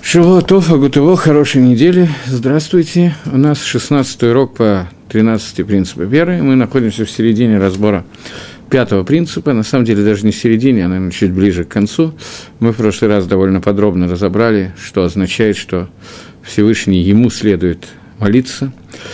Шавуатов, Агутово, хорошей недели. Здравствуйте. У нас 16-й урок по 13 принципам веры. Мы находимся в середине разбора 5-го принципа. На самом деле, даже не в середине, а, наверное, чуть ближе к концу. Мы в прошлый раз довольно подробно разобрали, что означает, что Всевышний ему следует молиться.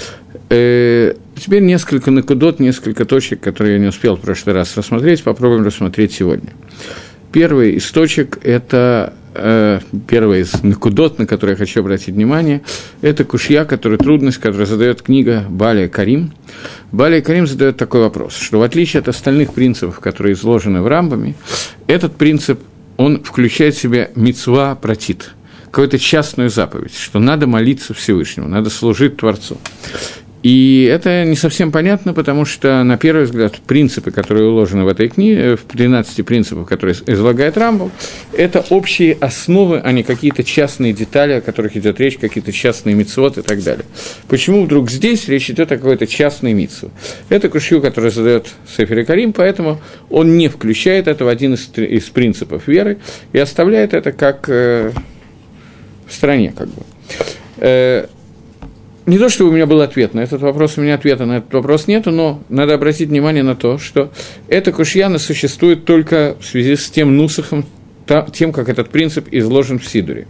Теперь несколько накудот, несколько точек, которые я не успел в прошлый раз рассмотреть, попробуем рассмотреть сегодня. Первый из точек – это первый из накудот, на который я хочу обратить внимание, это кушья, трудность, которую задает книга Бааля Карим. Бааля Карим задает такой вопрос, что в отличие от остальных принципов, которые изложены в Рамбаме, этот принцип, он включает в себя мицва пратит, какую-то частную заповедь, что надо молиться Всевышнему, надо служить Творцу. И это не совсем понятно, потому что, на первый взгляд, принципы, которые уложены в этой книге, в 13 принципах, которые излагает Рамбам, это общие основы, а не какие-то частные детали, о которых идет речь, какие-то частные мицвот и так далее. Почему вдруг здесь речь идет о какой-то частной мицве? Это кушью, который задает Сефер Карим, поэтому он не включает это в один из принципов веры и оставляет это как в стороне, как бы. Не то, чтобы у меня был ответ на этот вопрос, у меня ответа на этот вопрос нету, но надо обратить внимание на то, что эта кушья существует только в связи с тем нусахом, тем, как этот принцип изложен в Сидуре.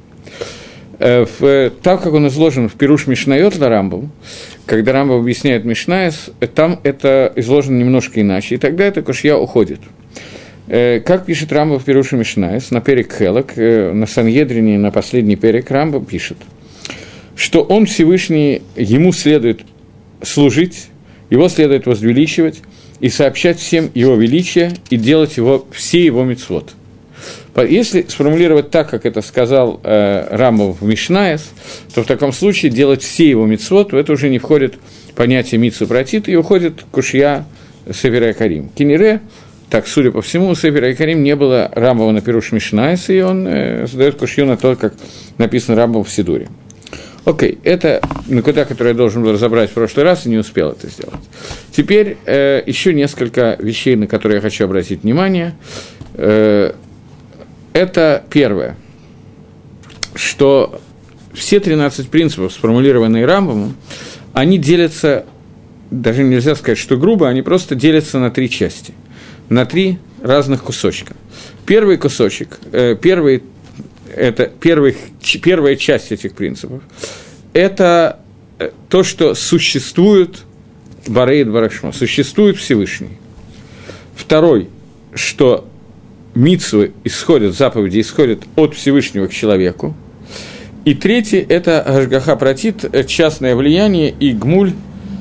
Так как он изложен в Пируш Мишнайот на Рамбам, когда Рамбам объясняет Мишнаес, там это изложено немножко иначе, и тогда эта кушья уходит. Как пишет Рамбам в Пируше Мишнаес, на перек Хелок, на Сангедрине, на последний перек Рамбам пишет, что он Всевышний, ему следует служить, его следует возвеличивать и сообщать всем его величие и делать все его мицвот. Если сформулировать так, как это сказал Рамбам в Мишнаес, то в таком случае делать все его мицвот, в это уже не входит понятие мицвы пратит, и уходит кушья Сефер Карим. Кинере, так, судя по всему, у Сефер Карим не было Рамбама на Пируш Мишнаес, и он задает кушью на то, как написано Рамбам в Сидуре. Окей, это накуда, которую я должен был разобрать в прошлый раз, и не успел это сделать. Теперь еще несколько вещей, на которые я хочу обратить внимание. Это первое, что все 13 принципов, сформулированные Рамбамом, они делятся, даже нельзя сказать, что грубо, они просто делятся на 3 части, на 3 разных кусочка. Первый кусочек, это первая часть этих принципов, это то, что существует Барейд Барашма, существует Всевышний. Второй, что мицвы исходят, заповеди исходят от Всевышнего к человеку. И третий, это Ашгаха Пратит, частное влияние и гмуль,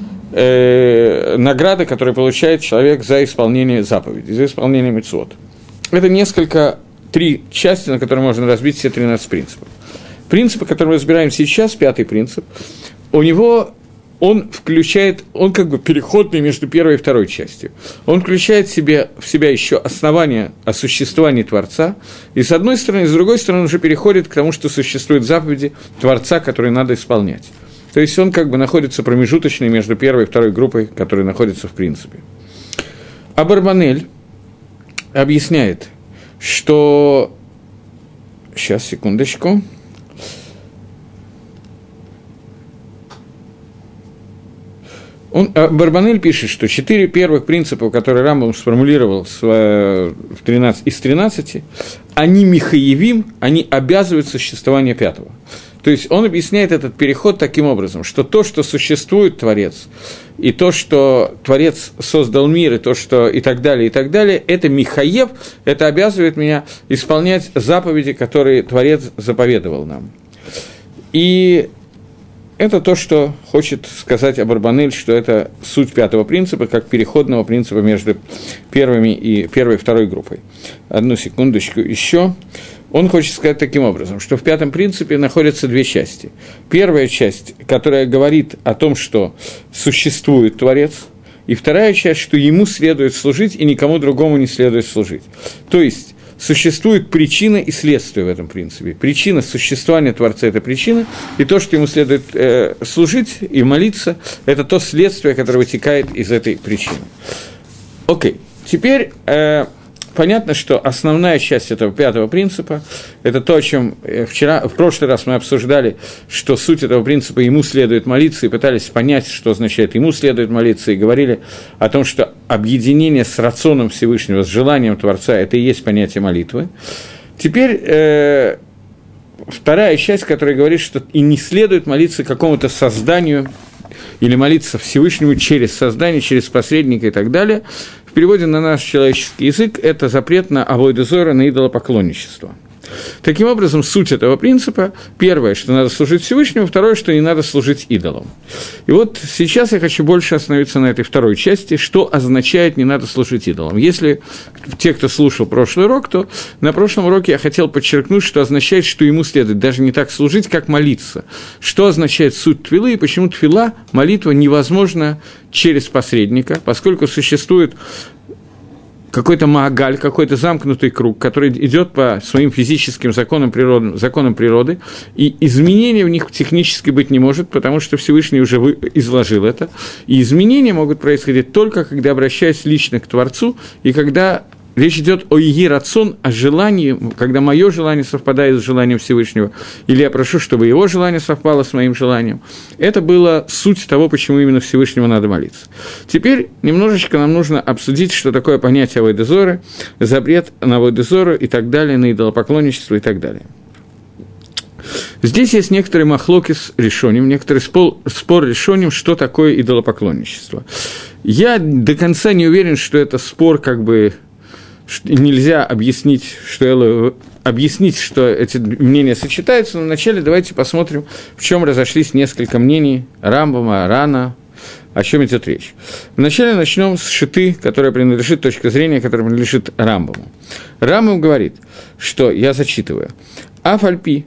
награда, которую получает человек за исполнение заповедей, за исполнение мицвот. Это 3 части, на которые можно разбить все 13 принципов. Принцип, который мы разбираем сейчас, 5-й принцип, он как бы переходный между первой и второй частью. Он включает в себя еще основание о существовании Творца, и с одной стороны, и с другой стороны, он уже переходит к тому, что существуют заповеди Творца, которые надо исполнять. То есть он как бы находится промежуточный между первой и второй группой, которые находятся в принципе. Абарбанель объясняет, что... Сейчас, секундочку. Барбанель пишет, что 4 первых принципа, которые Рамбам сформулировал из 13, они михаевим, они обязывают существование 5-го. То есть он объясняет этот переход таким образом, что то, что существует Творец, и то, что Творец создал мир, и то, что и так далее, это михаев, это обязывает меня исполнять заповеди, которые Творец заповедовал нам. И это то, что хочет сказать Абарбанель, что это суть 5-го принципа, как переходного принципа между первой и второй группой. Одну секундочку еще. Он хочет сказать таким образом, что в 5-м принципе находятся 2 части. Первая часть, которая говорит о том, что существует Творец, и вторая часть, что ему следует служить, и никому другому не следует служить. То есть существует причина и следствие в этом принципе. Причина существования Творца – это причина, и то, что ему следует служить и молиться, это то следствие, которое вытекает из этой причины. Окей, теперь понятно, что основная часть этого пятого принципа – это то, о чем в прошлый раз мы обсуждали, что суть этого принципа – ему следует молиться, и пытались понять, что означает «ему следует молиться», и говорили о том, что объединение с рационом Всевышнего, с желанием Творца – это и есть понятие молитвы. Теперь вторая часть, которая говорит, что и не следует молиться какому-то созданию или молиться Всевышнему через создание, через посредника и так далее. В переводе на наш человеческий язык это запрет на авойда зора, на идолопоклонничество. Таким образом, суть этого принципа – первое, что надо служить Всевышнему, второе, что не надо служить идолам. И вот сейчас я хочу больше остановиться на этой второй части, что означает «не надо служить идолам». Если те, кто слушал прошлый урок, то на прошлом уроке я хотел подчеркнуть, что означает, что ему следует даже не так служить, как молиться. Что означает суть твилы и почему твила, молитва, невозможна через посредника, поскольку существует какой-то маагаль, какой-то замкнутый круг, который идет по своим физическим законам природы, и изменения в них технически быть не может, потому что Всевышний уже изложил это, и изменения могут происходить только, когда обращаюсь лично к Творцу, и когда речь идет о еги рацион, о желании, когда мое желание совпадает с желанием Всевышнего, или я прошу, чтобы его желание совпало с моим желанием. Это была суть того, почему именно Всевышнему надо молиться. Теперь немножечко нам нужно обсудить, что такое понятие авойда зора, запрет на авойда зору и так далее, на идолопоклонничество и так далее. Здесь есть некоторые махлоки с решением, некоторый спор решением, что такое идолопоклонничество. Я до конца не уверен, что это спор как бы... Нельзя объяснить, что эти мнения сочетаются, но вначале давайте посмотрим, в чем разошлись несколько мнений Рамбама, Рана, о чем идет речь. Вначале начнем с шиты, которая принадлежит, точка зрения, которая принадлежит Рамбаму. Рамбам говорит, что, я зачитываю, «Афальпи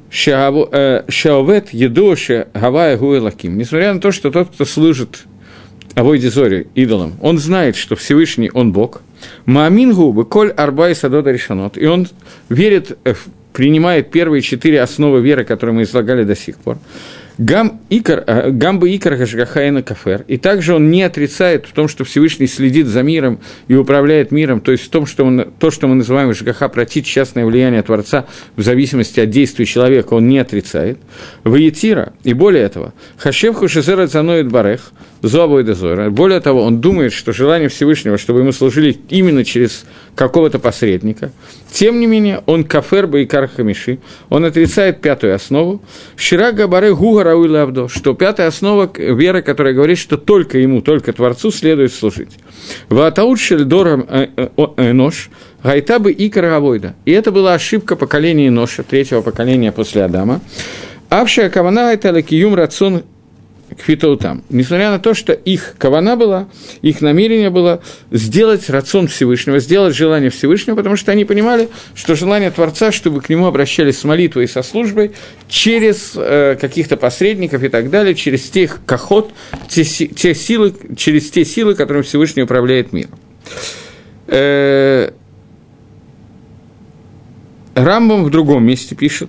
шаовет едоше гавая гуэлаким». Несмотря на то, что тот, кто служит авойде зоре, идолам, он знает, что Всевышний, он Бог, Маамингу беколь арбай садода решанот, и он верит, принимает первые 4 основы веры, которые мы излагали до сих пор. Гамбы икар гашгахайна кафер, и также он не отрицает в том, что Всевышний следит за миром и управляет миром, то есть в том, что то, что мы называем жгаха протит, частное влияние Творца в зависимости от действий человека, он не отрицает. Ваетира, и более этого, хашевху шезера заноид барех, зоабойда зора, более того, он думает, что желание Всевышнего, чтобы ему служили именно через какого-то посредника. Тем не менее, он кафер баикар хамиши, он отрицает пятую основу, шира габаре гуга рауила авдо, что пятая основа веры, которая говорит, что только ему, только Творцу следует служить. Ваатаут шельдорам энош, гайтабы икар авойда. И это была ошибка поколения Эноша, третьего поколения после Адама. Авшая кавана это лекиюм рацион кфитоутам. Несмотря на то, что их кавана была, их намерение было сделать рацион Всевышнего, сделать желание Всевышнего, потому что они понимали, что желание Творца, чтобы к нему обращались с молитвой и со службой, через каких-то посредников и так далее, через тех кахот, через те силы, которыми Всевышний управляет миром. Рамбам в другом месте пишет,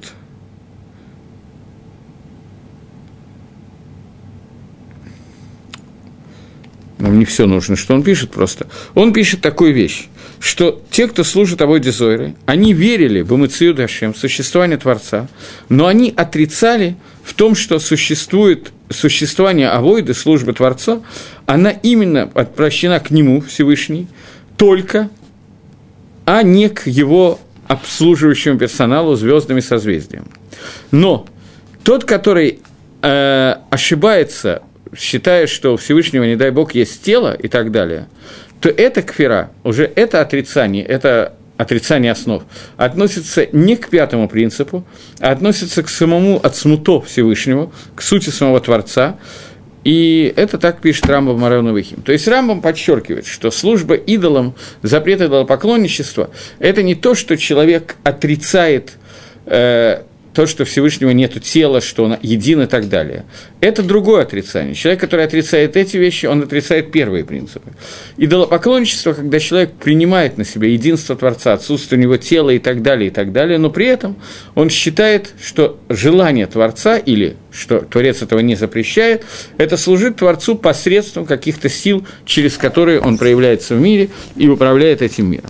нам не все нужно, что он пишет просто. Он пишет такую вещь, что те, кто служит авойде зоре, они верили в эмоцию Ашем, в существование Творца, но они отрицали в том, что существует существование авойды, службы Творца, она именно отвращена к нему, Всевышний, только, а не к его обслуживающему персоналу, звездным и созвездиям. Но тот, который ошибается, считая, что у Всевышнего, не дай Бог, есть тело и так далее, то это кфира, уже это отрицание основ, относится не к пятому принципу, а относится к самому ацмуто Всевышнему, к сути самого Творца, и это так пишет Рамбам Морeh Невихим. То есть Рамбам подчеркивает, что служба идолам, запрет идолопоклонничества – это не то, что человек отрицает то, что Всевышнего нету тела, что он един и так далее. Это другое отрицание. Человек, который отрицает эти вещи, он отрицает первые принципы. Идолопоклонничество, когда человек принимает на себя единство Творца, отсутствие у него тела и так далее, но при этом он считает, что желание Творца, или что Творец этого не запрещает, это служит Творцу посредством каких-то сил, через которые он проявляется в мире и управляет этим миром.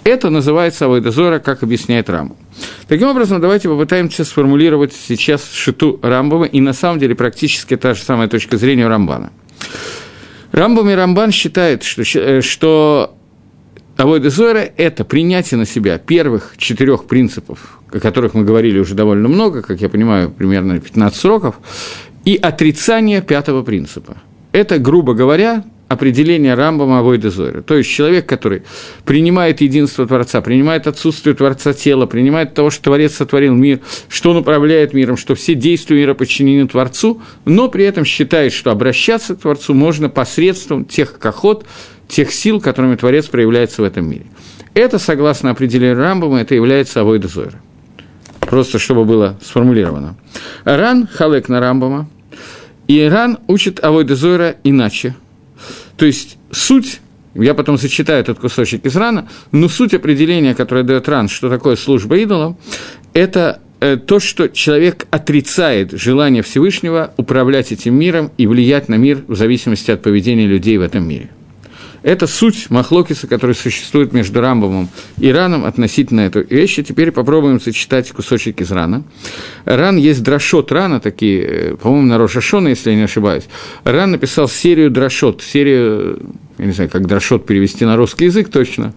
Это называется авойда зора, как объясняет Рамбам. Таким образом, давайте попытаемся сформулировать сейчас шиту Рамбама, и на самом деле практически та же самая точка зрения у Рамбана. Рамбам и Рамбан считают, что авойда зора – это принятие на себя первых 4 принципов, о которых мы говорили уже довольно много, как я понимаю, примерно 15 уроков, и отрицание 5-го принципа. Это, грубо говоря, определение Рамбама авойда зора. То есть человек, который принимает единство Творца, принимает отсутствие Творца тела, принимает того, что Творец сотворил мир, что он управляет миром, что все действия мира подчинены Творцу, но при этом считает, что обращаться к Творцу можно посредством тех кахот, тех сил, которыми Творец проявляется в этом мире. Это, согласно определению Рамбама, это является авойда зора. Просто чтобы было сформулировано. Ран халек на Рамбама, и Ран учит авойда зора иначе. То есть суть, я потом зачитаю этот кусочек из Рана, но суть определения, которое дает Ран, что такое служба идолам, это то, что человек отрицает желание Всевышнего управлять этим миром и влиять на мир в зависимости от поведения людей в этом мире. Это суть махлокиса, который существует между Рамбамом и Раном относительно этой вещи. Теперь попробуем зачитать кусочек из Рана. Ран есть драшот Рана, такие, по-моему, на Рош ха-Шана, если я не ошибаюсь. Ран написал серию драшот, серию, я не знаю, как драшот перевести на русский язык точно.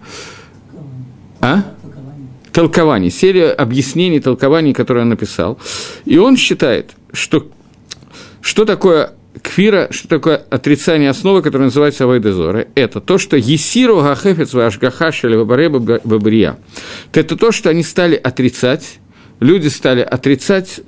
Толкований, серию объяснений, толкований, которые он написал. И он считает, что такое кфира, что такое отрицание основы, которое называется авойда зора, это то, что есиру гахефец вашгаха шелевабаре бабрия. Это то, что они стали отрицать, люди стали отрицать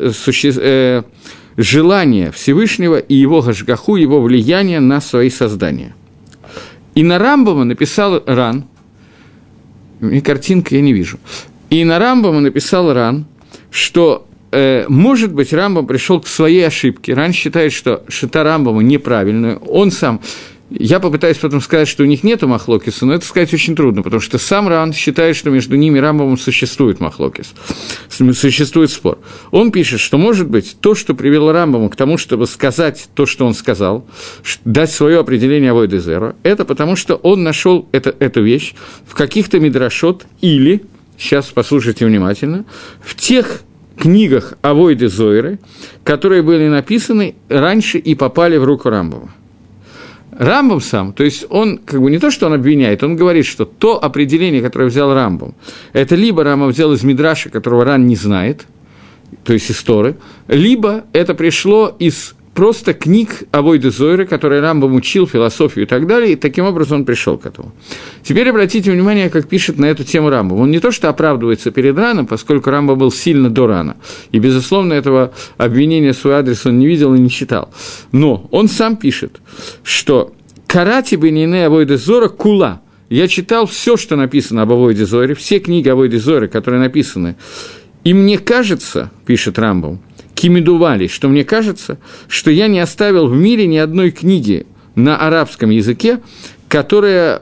желание Всевышнего и его гашгаху, его влияние на свои создания. И на Рамбама написал Ран, и картинка я не вижу, и на Рамбама написал Ран, что может быть, Рамбам пришел к своей ошибке. Ран считает, что шита Рамбама неправильная. Он сам... Я попытаюсь потом сказать, что у них нету махлокиса, но это сказать очень трудно, потому что сам Ран считает, что между ними и Рамбамом существует махлокис, существует спор. Он пишет, что, может быть, то, что привело Рамбама к тому, чтобы сказать то, что он сказал, дать свое определение авойда зора, это потому, что он нашел эту вещь в каких-то мидрашот или, сейчас послушайте внимательно, в тех книгах авойды зоры, которые были написаны раньше и попали в руку Рамбама. Рамбам сам, то есть он, как бы не то, что он обвиняет, он говорит, что то определение, которое взял Рамбам, это либо Рамбам взял из Мидраша, которого Ран не знает, то есть из Торы, либо это пришло из просто книг авойды зоры, которые Рамбам учил, философию и так далее, и таким образом он пришел к этому. Теперь обратите внимание, как пишет на эту тему Рамбам. Он не то что оправдывается перед Раном, поскольку Рамбам был сильно до Рана, и, безусловно, этого обвинения в свой адрес он не видел и не читал. Но он сам пишет, что «Карати бенейне авойды зора кула». Я читал все, что написано об авойде зоре, все книги авойды зоры, которые написаны, и мне кажется, пишет Рамбам, кимидували, что мне кажется, что я не оставил в мире ни одной книги на арабском языке, которая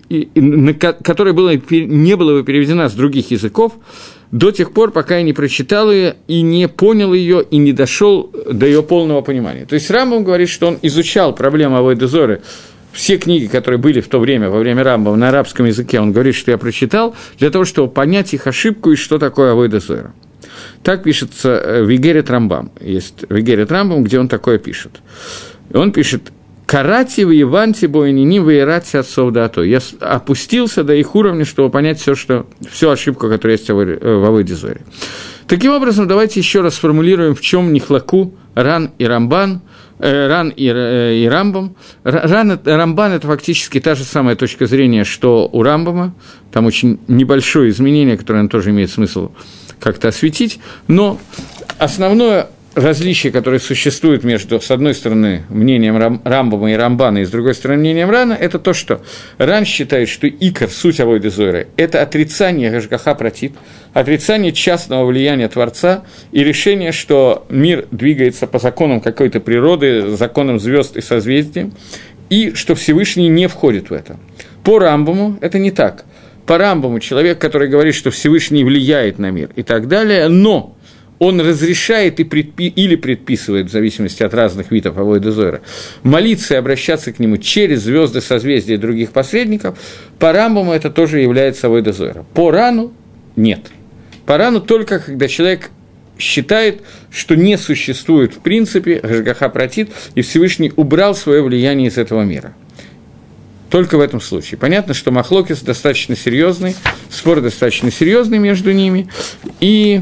не была бы переведена с других языков до тех пор, пока я не прочитал ее и не понял ее, и не дошел до ее полного понимания. То есть Рамбам говорит, что он изучал проблему авойды зоры, все книги, которые были в то время, во время Рамбама, на арабском языке, он говорит, что я прочитал, для того, чтобы понять их ошибку и что такое авойда зора. Так пишется в Игерет Рамбам. Есть в Игерет Рамбам, где он такое пишет. И он пишет: «Карати в Иванти бойнини в Ирати отцов дато». Я опустился до их уровня, чтобы понять всю ошибку, которая есть в авойде зоре. Таким образом, давайте еще раз сформулируем, в чем нихлаку Ран и Рамбан, Ран и Рамбам. Рамбан – это фактически та же самая точка зрения, что у Рамбама. Там очень небольшое изменение, которое тоже имеет смысл как-то осветить, но основное различие, которое существует между, с одной стороны, мнением Рамбама и Рамбана, и с другой стороны, мнением Рана, это то, что Ран считает, что икор, суть авойды зоры, это отрицание гашгаха пратит, отрицание частного влияния Творца и решение, что мир двигается по законам какой-то природы, законам звезд и созвездий, и что Всевышний не входит в это. По Рамбаму это не так. По Рамбаму человек, который говорит, что Всевышний влияет на мир и так далее, но он разрешает или предписывает, в зависимости от разных видов авойда зора, молиться и обращаться к нему через звезды, созвездия и других посредников, по Рамбаму это тоже является авойда зора. По Рану нет. По Рану только когда человек считает, что не существует в принципе Гашгаха Пратит, и Всевышний убрал свое влияние из этого мира. Только в этом случае. Понятно, что махлокис достаточно серьезный, спор достаточно серьезный между ними, и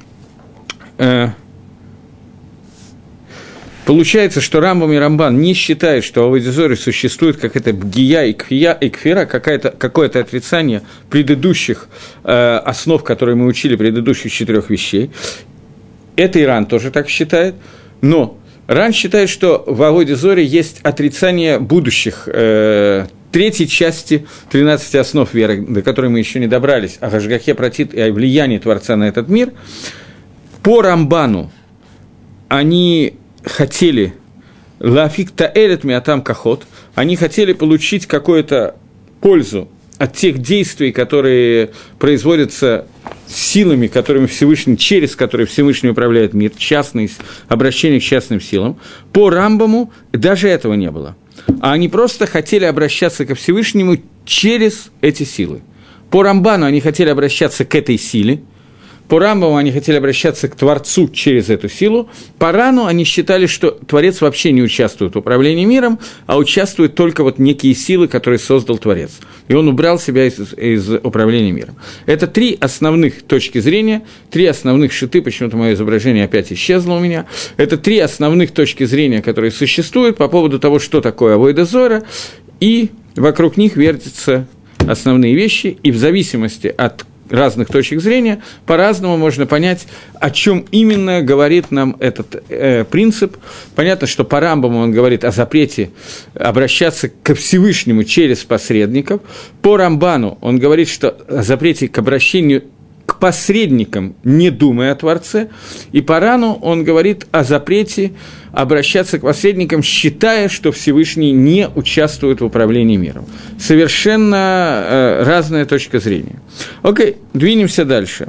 получается, что Рамбам и Рамбан не считают, что в авойда зоре существует какая-то бгия и кфира, какое-то отрицание предыдущих основ, которые мы учили, предыдущих 4 вещей. Это Иран тоже так считает, но Ран считает, что в авойда зоре есть отрицание будущих, третьей части 13 основ веры, до которой мы еще не добрались, о Гашгахе Пратит и о влиянии Творца на этот мир. По Рамбану они хотели «Лафик таэлет миатам кахот», они хотели получить какую-то пользу от тех действий, которые производятся силами, которыми Всевышний, через которые Всевышний управляет мир, частные, обращение к частным силам. По Рамбаму даже этого не было. А они просто хотели обращаться ко Всевышнему через эти силы. По Рамбану они хотели обращаться к этой силе, по Рамбаму они хотели обращаться к Творцу через эту силу, по Рану они считали, что Творец вообще не участвует в управлении миром, а участвуют только вот некие силы, которые создал Творец. И он убрал себя из управления миром. Это 3 основных точки зрения, 3 основных шиты, почему-то мое изображение опять исчезло у меня. Это 3 основных точки зрения, которые существуют по поводу того, что такое авойда зора, и вокруг них вертятся основные вещи, и в зависимости от разных точек зрения, по-разному можно понять, о чем именно говорит нам этот принцип. Понятно, что по Рамбаму он говорит о запрете обращаться ко Всевышнему через посредников. По Рамбану он говорит, что о запрете к обращению к посредникам, не думая о Творце. И по Рану он говорит о запрете обращаться к посредникам, считая, что Всевышний не участвует в управлении миром. Совершенно разная точка зрения. Окей, двинемся дальше.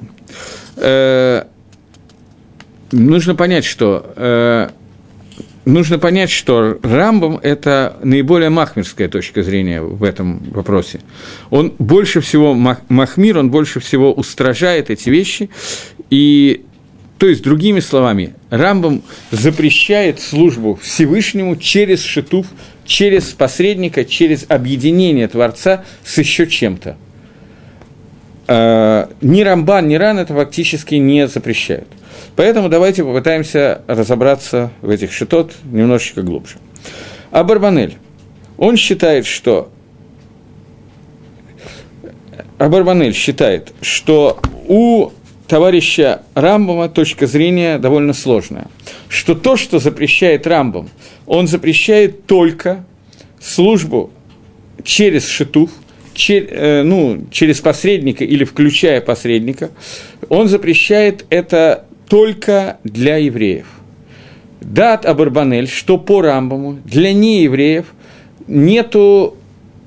Нужно понять, что Рамбам – это наиболее махмирская точка зрения в этом вопросе. Он больше всего махмир, он больше всего устражает эти вещи. И, то есть, другими словами, Рамбам запрещает службу Всевышнему через шитуф, через посредника, через объединение Творца с еще чем-то. Ни Рамбан, ни Ран это фактически не запрещают. Поэтому давайте попытаемся разобраться в этих шитот немножечко глубже. Абарбанель, он считает, что у товарища Рамбама точка зрения довольно сложная, что то, что запрещает Рамбам, он запрещает только службу через шитуф, через посредника или включая посредника, он запрещает это только для евреев. Дат Абарбанель, что по Рамбаму для неевреев нету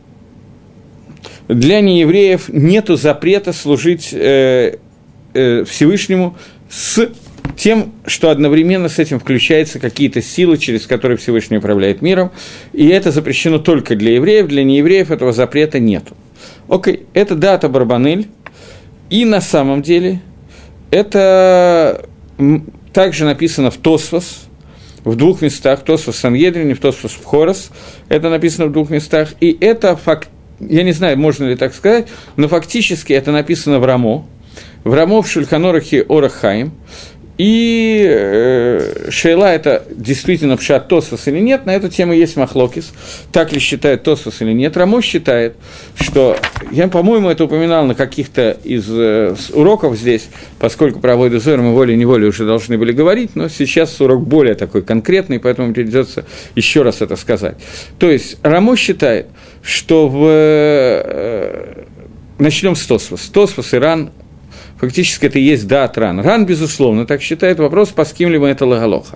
запрета служить Всевышнему с тем, что одновременно с этим включаются какие-то силы, через которые Всевышний управляет миром, и это запрещено только для евреев, для неевреев этого запрета нету. Окей, это дат Абарбанель, и на самом деле это также написано в Тосфос, в 2 местах, Тосфос в Сангедрине, в Тосфос в Хорос, это написано в 2 местах, и это факт, я не знаю, можно ли так сказать, но фактически это написано в Рамо в Шульхан Орухе Орах Хаим, и шейла это действительно пшат Тосфос или нет, на эту тему есть махлокис, так ли считает Тосфос или нет. Рамо считает, что, я, по-моему, это упоминал на каких-то из уроков здесь, поскольку про авойду зора мы волей-неволей уже должны были говорить, но сейчас урок более такой конкретный, поэтому придется еще раз это сказать. То есть Рамо считает, что начнем с Тосфос. Тосфос и Ран. Фактически это и есть дат Ран. Ран, безусловно, так считает. Вопрос, по с кем либо это лагалоха.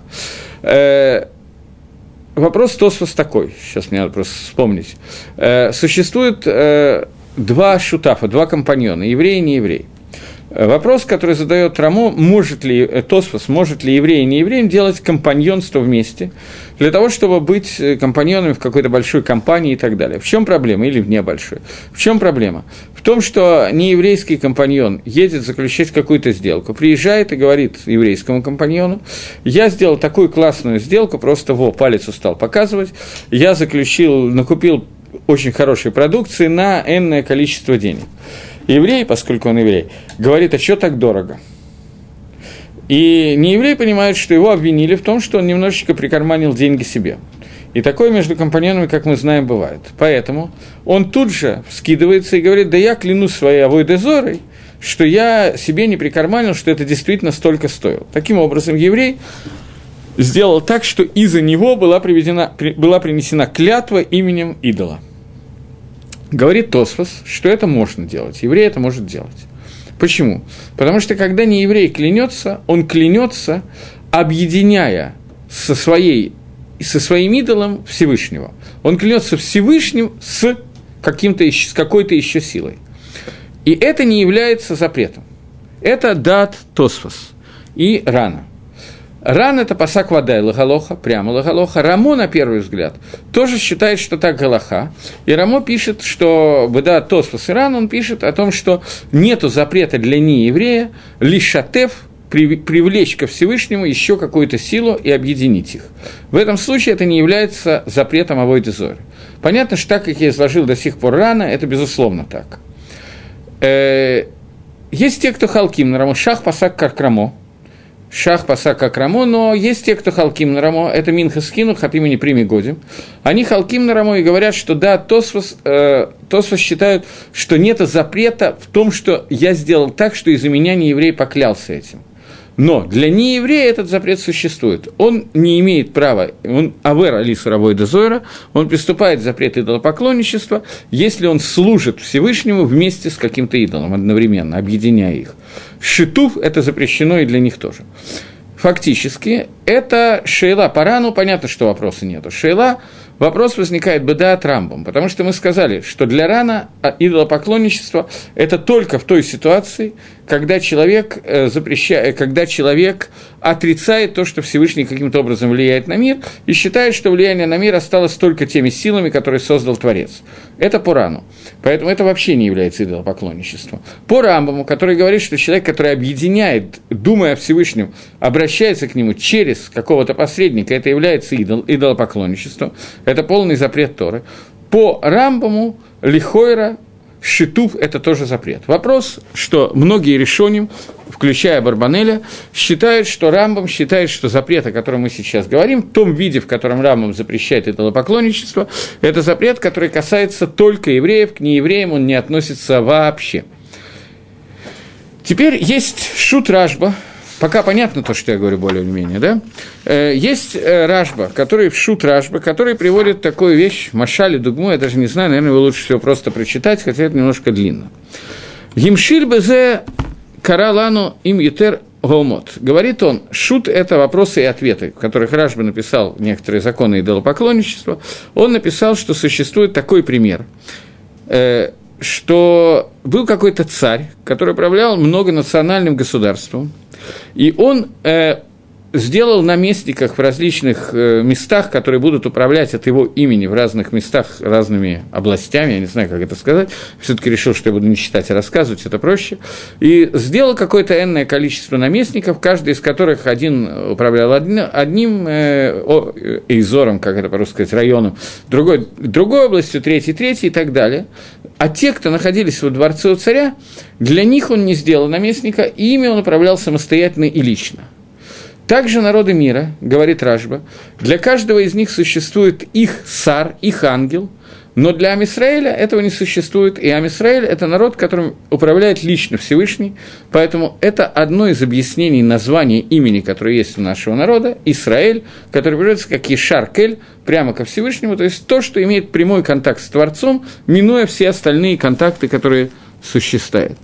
Вопрос Тосфос такой. Сейчас мне надо просто вспомнить. Существует 2 шутафа, 2 компаньона, еврей и нееврей. Вопрос, который задает Рамо, Тосфос, может ли еврей и неевреям делать компаньонство вместе, для того, чтобы быть компаньонами в какой-то большой компании и так далее. В чем проблема? Или в небольшой. В чем проблема? В том, что нееврейский компаньон едет заключать какую-то сделку, приезжает и говорит еврейскому компаньону: я сделал такую классную сделку, просто палец устал показывать, я накупил очень хорошей продукции на энное количество денег. Еврей, поскольку он еврей, говорит: а что так дорого? И нееврей понимает, что его обвинили в том, что он немножечко прикарманил деньги себе. И такое между компаньонами, как мы знаем, бывает. Поэтому он тут же вскидывается и говорит: да я клянусь своей авойдой зорой, что я себе не прикарманил, что это действительно столько стоило. Таким образом, еврей сделал так, что из-за него была принесена клятва именем идола. Говорит Тосфос, что это можно делать, еврей это может делать. Почему? Потому что когда нееврей клянется, он клянется, объединяя со своим идолом Всевышнего. Он клянется Всевышним с какой-то еще силой. И это не является запретом. Это дат Тосфос и Рана. Ран – это пасак вадай лагалоха, прямо лагалоха. Рамо, на первый взгляд, тоже считает, что так галаха. И Рамо пишет, что беда Тосфос и Ран, он пишет о том, что нету запрета для нееврея лишатев, привлечь ко Всевышнему еще какую-то силу и объединить их. В этом случае это не является запретом авойды зоры. Понятно, что так, как я изложил до сих пор Рана, это безусловно так. Есть те, кто халким на Рамо, шах пасак как Рамо. Шах пасак как Рамо, но есть те, кто халким на Рамо, это Минхас Хинух от имени Прими Годим. Они халким на Рамо и говорят, что да, Тосфос считают, что нет запрета в том, что я сделал так, что из-за меня нееврей поклялся этим. Но для нееврея этот запрет существует. Он не имеет права, он авер алису авойда зойра, он приступает к запрету идолопоклонничества, если он служит Всевышнему вместе с каким-то идолом одновременно, объединяя их. Шитуф – это запрещено и для них тоже. Фактически, это шейла по Рану, понятно, что вопроса нету. Шейла, вопрос возникает бедаат Рамбам, потому что мы сказали, что для Рана идолопоклонничество – это только в той ситуации, когда человек отрицает то, что Всевышний каким-то образом влияет на мир, и считает, что влияние на мир осталось только теми силами, которые создал Творец. Это по Рану. Поэтому это вообще не является идолопоклонничеством. По Рамбаму, который говорит, что человек, который объединяет, думая о Всевышнем, обращается к нему через какого-то посредника, это является идолопоклонничеством. Это полный запрет Торы. По Рамбаму, лихойра, шитуф – это тоже запрет. Вопрос, что многие решоним, включая Барбанеля, считают, что Рамбам считает, что запрет, о котором мы сейчас говорим, в том виде, в котором Рамбам запрещает идолопоклонничество, это запрет, который касается только евреев, к неевреям он не относится вообще. Теперь есть шут Рашба. Пока понятно то, что я говорю более-менее, да? Есть Рашба, шут Рашба, который приводит такую вещь, машали, дугму, я даже не знаю, наверное, его лучше всего просто прочитать, хотя это немножко длинно. Гимшиль безе каралану им ютер голмот. Говорит он, шут – это вопросы и ответы, в которых Рашба написал некоторые законы идолопоклонничества. Он написал, что существует такой пример, что был какой-то царь, который управлял многонациональным государством, и он сделал наместниках в различных местах, которые будут управлять от его имени в разных местах, разными областями, я не знаю, как это сказать, все-таки решил, что я буду не читать, а рассказывать, это проще, и сделал какое-то энное количество наместников, каждый из которых один управлял одним эйзором, как это по-русски сказать, районом, другой областью, третий и так далее. А те, кто находились во дворце у царя, для них он не сделал наместника, и ими он управлял самостоятельно и лично. Также народы мира, говорит Рашба, для каждого из них существует их сар, их ангел, но для Ам-Исраэля этого не существует, и Ам-Исраэль – это народ, которым управляет лично Всевышний, поэтому это одно из объяснений названия имени, которое есть у нашего народа, Исраэль, который переводится как Ешар-Кель, прямо ко Всевышнему, то есть то, что имеет прямой контакт с Творцом, минуя все остальные контакты, которые существуют.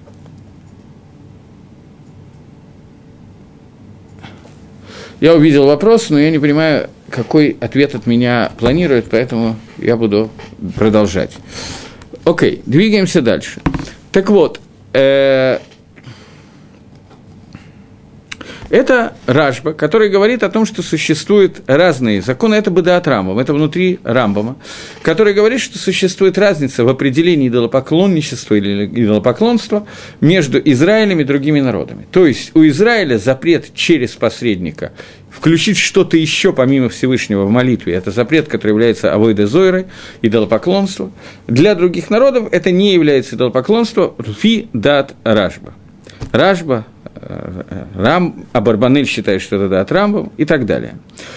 Я увидел вопрос, но я не понимаю, какой ответ от меня планирует, поэтому я буду продолжать. Окей, двигаемся дальше. Так вот, Это Рашба, который говорит о том, что существуют разные законы, это Бедаат Рамбам, это внутри Рамбама, который говорит, что существует разница в определении идолопоклонничества или идолопоклонства между Израилем и другими народами. То есть у Израиля запрет через посредника включить что-то еще помимо Всевышнего в молитве, это запрет, который является авойдой зойрой, идолопоклонство. Для других народов это не является идолопоклонством, фи дат Рашба. Рашба, Абарбанель считает, что это дат Рамбам и так далее.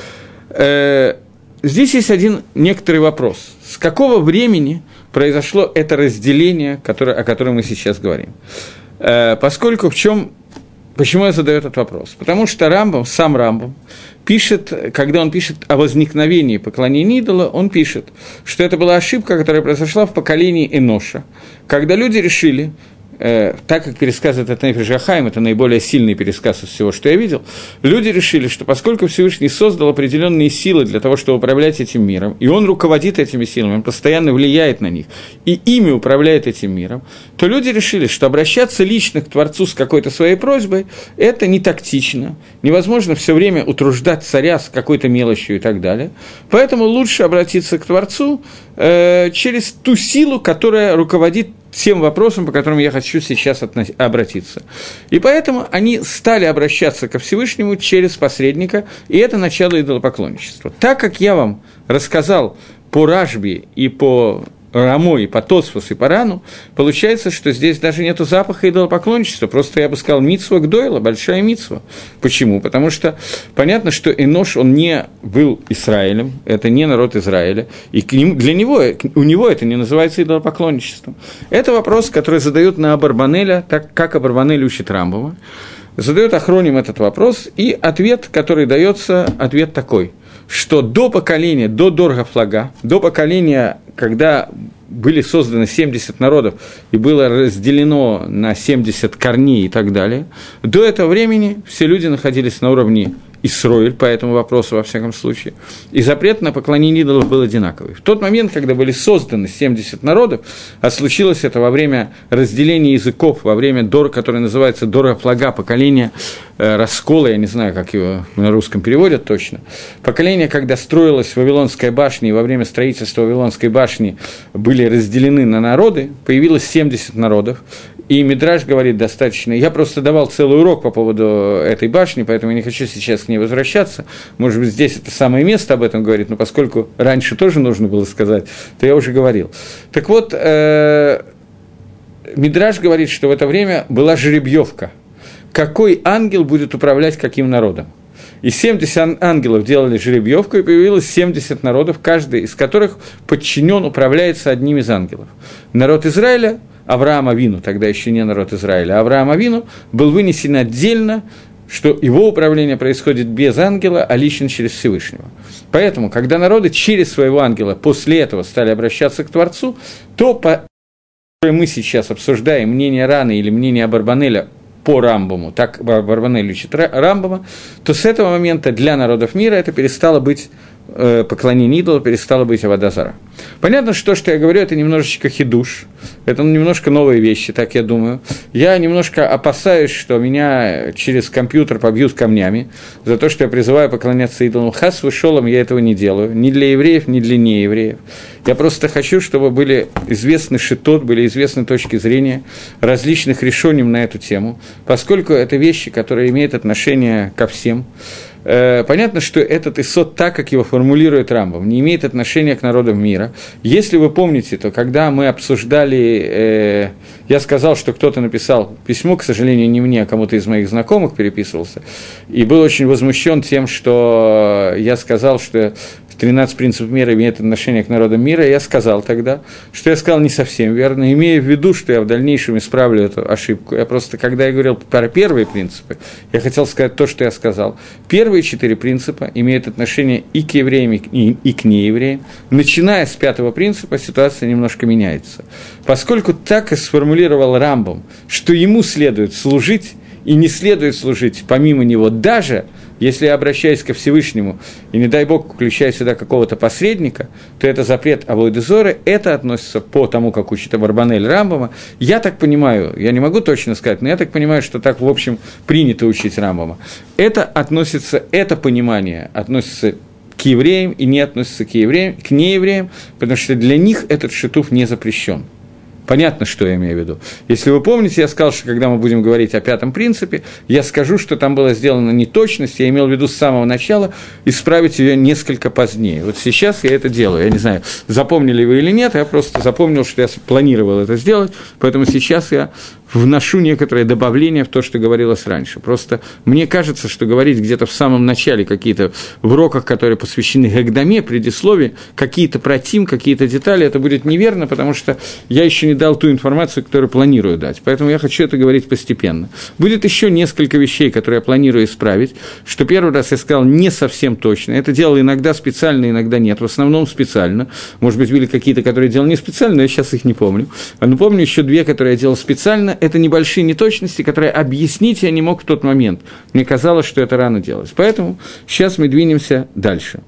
Здесь есть один некоторый вопрос. С какого времени произошло это разделение, о котором мы сейчас говорим? Поскольку почему я задаю этот вопрос? Потому что Рамбам, сам Рамбам, пишет, когда он пишет о возникновении поклонения идола, он пишет, что это была ошибка, которая произошла в поколении Эноша, когда люди решили, так как пересказывает это Нефеш ха-Хаим, это наиболее сильный пересказ из всего, что я видел, люди решили, что поскольку Всевышний создал определенные силы для того, чтобы управлять этим миром, и он руководит этими силами, он постоянно влияет на них, и ими управляет этим миром, то люди решили, что обращаться лично к Творцу с какой-то своей просьбой – это не тактично, невозможно все время утруждать царя с какой-то мелочью и так далее, поэтому лучше обратиться к Творцу через ту силу, которая руководит тем вопросам, по которым я хочу сейчас обратиться. И поэтому они стали обращаться ко Всевышнему через посредника, и это начало идолопоклонничества. Так как я вам рассказал по Рашби и по Рамо, и по Тосфос, и по Рану, получается, что здесь даже нету запаха идолопоклонничества, просто я бы сказал мицва гдойла, большая мицва. Почему? Потому что понятно, что Энош, он не был Израилем, это не народ Израиля, и у него это не называется идолопоклонничеством. Это вопрос, который задают на Абарбанеля, так как Абарбанель учит Рамбама, задает Ахроним этот вопрос, и ответ, который дается, ответ такой, что до поколения, до Дорга-Флага, до поколения, когда были созданы 70 народов и было разделено на 70 корней и так далее, до этого времени все люди находились на уровне Исроиль по этому вопросу, во всяком случае, и запрет на поклонение идолов был одинаковый. В тот момент, когда были созданы 70 народов, а случилось это во время разделения языков, во время которое называется Дора-Флага, поколение раскола, я не знаю, как его на русском переводят точно, поколение, когда строилась Вавилонская башня, и во время строительства Вавилонской башни были разделены на народы, появилось 70 народов, и Мидраш говорит достаточно, я просто давал целый урок по поводу этой башни, поэтому я не хочу сейчас к ней возвращаться, может быть, здесь это самое место об этом говорит, но поскольку раньше тоже нужно было сказать, то я уже говорил. Так вот, Мидраш говорит, что в это время была жеребьевка, какой ангел будет управлять каким народом. И 70 ангелов делали жеребьевку, и появилось 70 народов, каждый из которых подчинен, управляется одним из ангелов. Народ Израиля, Авраам Авину, тогда еще не народ Израиля, Авраам Авину был вынесен отдельно, что его управление происходит без ангела, а лично через Всевышнего. Поэтому, когда народы через своего ангела после этого стали обращаться к Творцу, то, мы сейчас обсуждаем мнение Раны или мнение Абарбанеля по Рамбаму, так Барбанель учит Рамбама, то с этого момента для народов мира это перестало быть поклонение идолу, перестало быть авода зара. Понятно, что я говорю, это немножечко хидуш, это немножко новые вещи, так я думаю. Я немножко опасаюсь, что меня через компьютер побьют камнями за то, что я призываю поклоняться идолам. Хас вышелом я этого не делаю, ни для евреев, ни для неевреев. Я просто хочу, чтобы были известны шитот, были известны точки зрения различных решений на эту тему, поскольку это вещи, которые имеют отношение ко всем. Понятно, что этот исод, так как его формулирует Рамбам, не имеет отношения к народам мира. Если вы помните, то когда мы обсуждали, я сказал, что кто-то написал письмо, к сожалению, не мне, а кому-то из моих знакомых переписывался, и был очень возмущен тем, что я сказал, что 13 принципов мира имеют отношение к народам мира, я сказал тогда, что я сказал не совсем верно, имея в виду, что я в дальнейшем исправлю эту ошибку. Я просто, когда я говорил про первые принципы, я хотел сказать то, что я сказал. Первые 4 принципа имеют отношение и к евреям, и к неевреям. Начиная с 5-го принципа, ситуация немножко меняется. Поскольку так и сформулировал Рамбам, что ему следует служить и не следует служить помимо него, даже если я обращаюсь ко Всевышнему, и, не дай Бог, включаю сюда какого-то посредника, то это запрет авойда зоры, это относится по тому, как учит Абарбанель Рамбама. Я так понимаю, я не могу точно сказать, но я так понимаю, что так, в общем, принято учить Рамбама. Это понимание относится к евреям и не относится к неевреям, потому что для них этот шитуф не запрещен. Понятно, что я имею в виду. Если вы помните, я сказал, что когда мы будем говорить о пятом принципе, я скажу, что там была сделана неточность, я имел в виду с самого начала исправить ее несколько позднее. Вот сейчас я это делаю. Я не знаю, запомнили вы или нет, я просто запомнил, что я планировал это сделать, поэтому сейчас я вношу некоторое добавление в то, что говорилось раньше. Просто мне кажется, что говорить где-то в самом начале какие-то в уроках, которые посвящены Гагдаме, предисловии, какие-то протим, какие-то детали, это будет неверно, потому что я еще не дал ту информацию, которую планирую дать. Поэтому я хочу это говорить постепенно. Будет еще несколько вещей, которые я планирую исправить, что первый раз я сказал не совсем точно. Это делал иногда специально, иногда нет. В основном специально. Может быть, были какие-то, которые я делал не специально, но я сейчас их не помню. Но помню еще две, которые я делал специально. Это небольшие неточности, которые объяснить я не мог в тот момент. Мне казалось, что это рано делать. Поэтому сейчас мы двинемся дальше.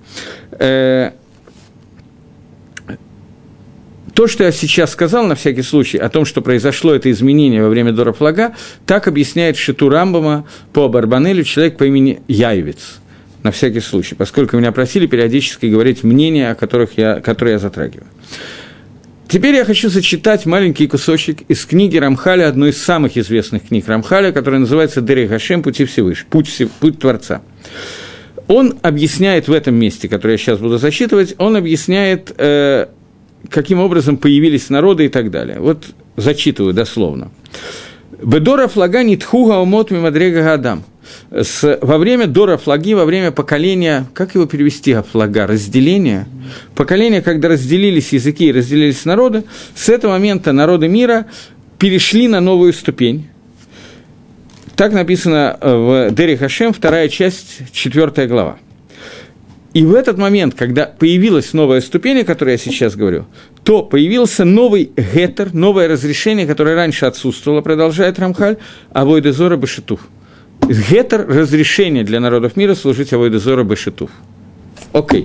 То, что я сейчас сказал, на всякий случай, о том, что произошло это изменение во время Дора Флага, так объясняет Шиту Рамбама по Абарбанелю человек по имени Яевец. На всякий случай, поскольку меня просили периодически говорить мнения, которые я затрагиваю. Теперь я хочу зачитать маленький кусочек из книги Рамхаля, одной из самых известных книг Рамхаля, которая называется «Дерех Хашем. Пути Всевышнего», «Путь Творца». Он объясняет в этом месте, которое я сейчас буду зачитывать, он объясняет, каким образом появились народы и так далее. Вот зачитываю дословно. «Бедора флага нитхуга умот мимадрега гадам». Во время Дора Флаги, во время поколения, как его перевести, флага, разделения, поколения, когда разделились языки и разделились народы, с этого момента народы мира перешли на новую ступень. Так написано в Дерех Хашем, 2 часть, 4 глава. И в этот момент, когда появилась новая ступень, о которой я сейчас говорю, то появился новый гетер, новое разрешение, которое раньше отсутствовало, продолжает Рамхаль, авойда зора бешитуф. Гетер – разрешение для народов мира служить авойда зора бешитуф. Окей.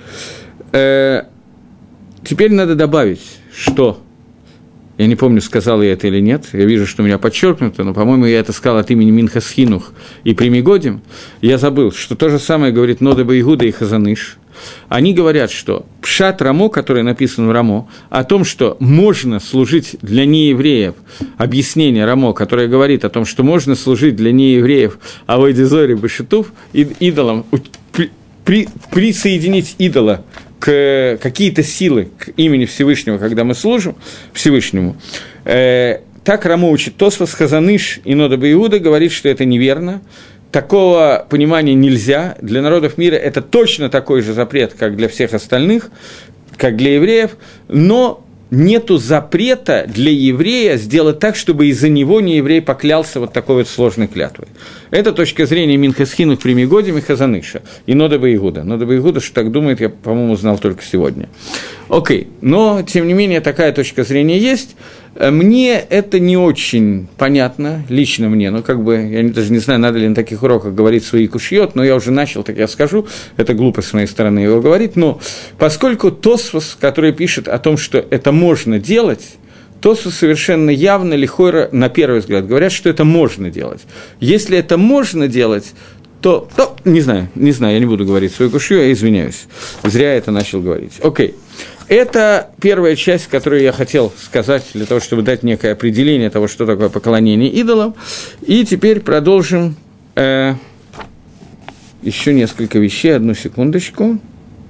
Теперь надо добавить, что... Я не помню, сказал я это или нет, я вижу, что у меня подчеркнуто, но, по-моему, я это сказал от имени Минхас Хинух и Примигодим. Я забыл, что то же самое говорит Нода Баигуда и Хазаныш. Они говорят, что Пшат Рамо, который написан в Рамо, о том, что можно служить для неевреев, объяснение Рамо, которое говорит о том, что можно служить для неевреев авойде зори бешитуф, идолам, присоединить идола к какие-то силы к имени Всевышнего, когда мы служим Всевышнему. Так Рамо учит Тосфос, Хазаныш и Нода Баиуда говорит, что это неверно. Такого понимания нельзя. Для народов мира это точно такой же запрет, как для всех остальных, как для евреев, но нету запрета для еврея сделать так, чтобы из-за него нееврей поклялся вот такой вот сложной клятвой. Это точка зрения Минхас Хинух, Примигодим и Хазаныша, и Нода Баигуда. Нода Баигуда, что так думает, я, по-моему, знал только сегодня. Окей, но, тем не менее, такая точка зрения есть. Мне это не очень понятно, лично мне, ну, как бы, я даже не знаю, надо ли на таких уроках говорить свои кушьёт, но я уже начал, так я скажу, это глупость с моей стороны его говорить, но поскольку Тосфос, который пишет о том, что это можно делать, Тосфос совершенно явно, лихойра, на первый взгляд, говорят, что это можно делать. Если это можно делать, то не знаю, я не буду говорить свою кушью, я извиняюсь, зря это начал говорить. Окей. Это первая часть, которую я хотел сказать, для того, чтобы дать некое определение того, что такое поклонение идолам. И теперь продолжим еще несколько вещей, одну секундочку.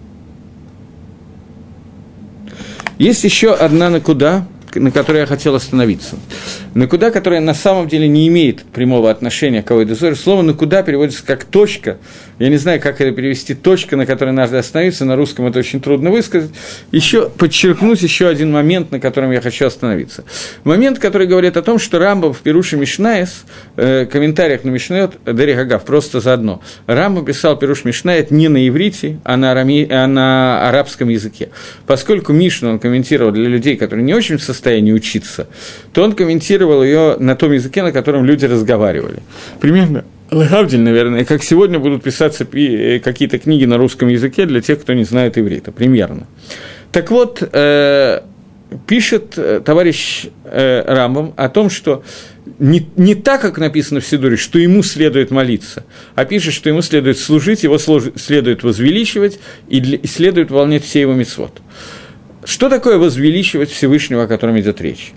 Есть еще одна накуда, на которой я хотел остановиться. Накуда, которая на самом деле не имеет прямого отношения к авойде зоре. Слово «накуда» переводится как «точка». Я не знаю, как это перевести. «Точка», на которой надо остановиться. На русском это очень трудно высказать. Еще подчеркнуть еще один момент, на котором я хочу остановиться. Момент, который говорит о том, что Рамбам в Пируше Мишнаес, комментариях на Мишнаот, Дерех Агав, просто заодно. Рамбам писал Пируш Мишнает не на иврите, а на арабском языке. Поскольку Мишну он комментировал для людей, которые не очень в состоянии учиться, то он комментировал сформулировал ее на том языке, на котором люди разговаривали. Примерно, легавдиль, наверное, как сегодня будут писаться какие-то книги на русском языке для тех, кто не знает иврита, примерно. Так вот, пишет товарищ Рамбам о том, что не так, как написано в Сидуре, что ему следует молиться, а пишет, что ему следует служить, его следует возвеличивать и следует выполнять все его мицвот. Что такое возвеличивать Всевышнего, о котором идет речь?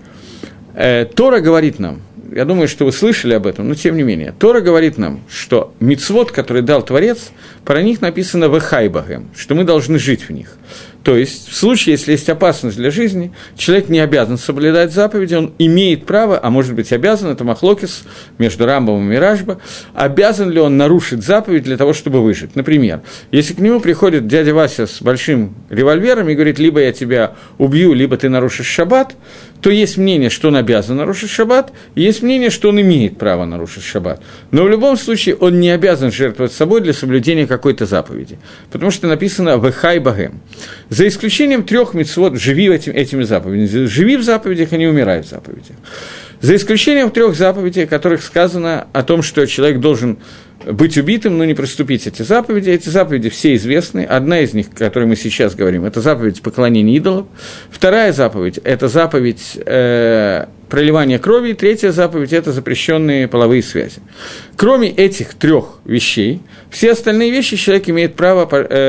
Тора говорит нам, я думаю, что вы слышали об этом, но тем не менее, Тора говорит нам, что мицвот, который дал Творец, про них написано «вэхайбагэм», что мы должны жить в них. То есть, в случае, если есть опасность для жизни, человек не обязан соблюдать заповеди, он имеет право, а может быть обязан, это махлокис между Рамбамом и Рашба, обязан ли он нарушить заповедь для того, чтобы выжить. Например, если к нему приходит дядя Вася с большим револьвером и говорит, либо я тебя убью, либо ты нарушишь шаббат, то есть мнение, что он обязан нарушить шаббат, и есть мнение, что он имеет право нарушить шаббат. Но в любом случае он не обязан жертвовать собой для соблюдения какой-то заповеди, потому что написано «вэхай багэм». За исключением 3 мицвот «живи этими заповедями». Живи в заповедях, а не умирай в заповедях. За исключением 3 заповедей, о которых сказано о том, что человек должен быть убитым, но не приступить эти заповеди. Эти заповеди все известны. Одна из них, о которой мы сейчас говорим, это заповедь поклонения идолов. Вторая заповедь – это заповедь проливания крови. И 3-я заповедь – это запрещенные половые связи. Кроме этих 3 вещей, все остальные вещи человек имеет право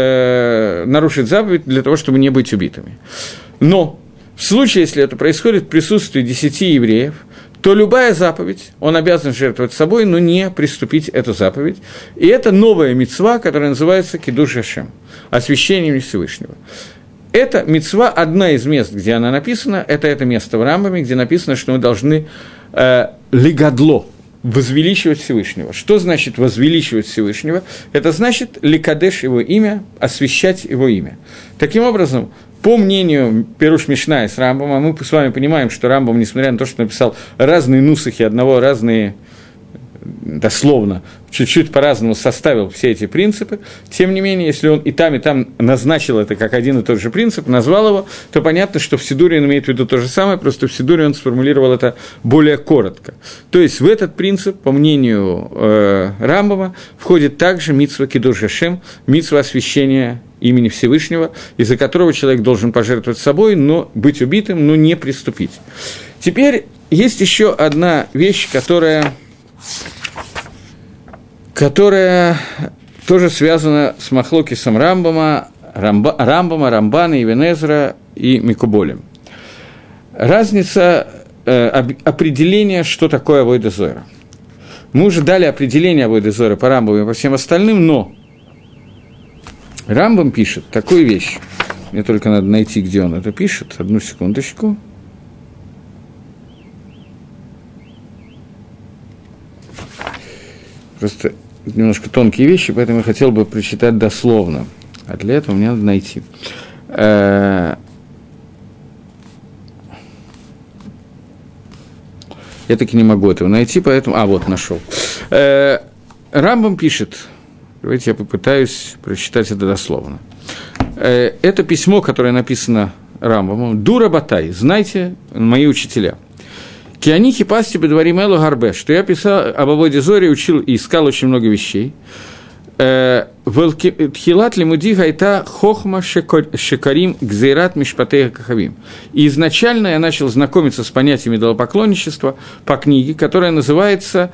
нарушить заповедь для того, чтобы не быть убитыми. Но в случае, если это происходит в присутствии 10 евреев, то любая заповедь, он обязан жертвовать собой, но не приступить эту заповедь. И это новая мицва, которая называется Кидуш Ашем, освящение Всевышнего. Эта мицва, одна из мест, где она написана, это место в Рамбаме, где написано, что мы должны лигадло, возвеличивать Всевышнего. Что значит возвеличивать Всевышнего? Это значит ликадеш его имя, освящать его имя. Таким образом, по мнению Пируш Мишна с Рамбама, мы с вами понимаем, что Рамбам, несмотря на то, что написал разные нусахи одного, разные, дословно, чуть-чуть по-разному составил все эти принципы, тем не менее, если он и там назначил это как один и тот же принцип, назвал его, то понятно, что в Сидуре он имеет в виду то же самое, просто в Сидуре он сформулировал это более коротко. То есть в этот принцип, по мнению Рамбама, входит также мицва Кидуш Ашем, мицва освящения имени Всевышнего, из-за которого человек должен пожертвовать собой, но быть убитым, но не приступить. Теперь есть еще одна вещь, которая тоже связана с махлокисом Рамбама, Рамбана, Ибн Эзра и Микуболем. Разница определения, что такое авойда зора. Мы уже дали определение авойда зора по Рамбаму и по всем остальным, но Рамбам пишет такую вещь. Мне только надо найти, где он это пишет. Одну секундочку. Просто немножко тонкие вещи, поэтому я хотел бы прочитать дословно. А для этого мне надо найти. Я таки не могу этого найти, поэтому... вот, нашел. Рамбам пишет... Давайте я попытаюсь прочитать это дословно. Это письмо, которое написано Рамбамом. «Дура батай, знайте, мои учителя. Киани хипасти бедварим элу гарбе», что я писал об авойде зоре, учил и искал очень много вещей. «Тхилат лимуди гайта хохма шекарим гзейрат мишпатея кахавим». И изначально я начал знакомиться с понятием идолопоклонничества по книге, которая называется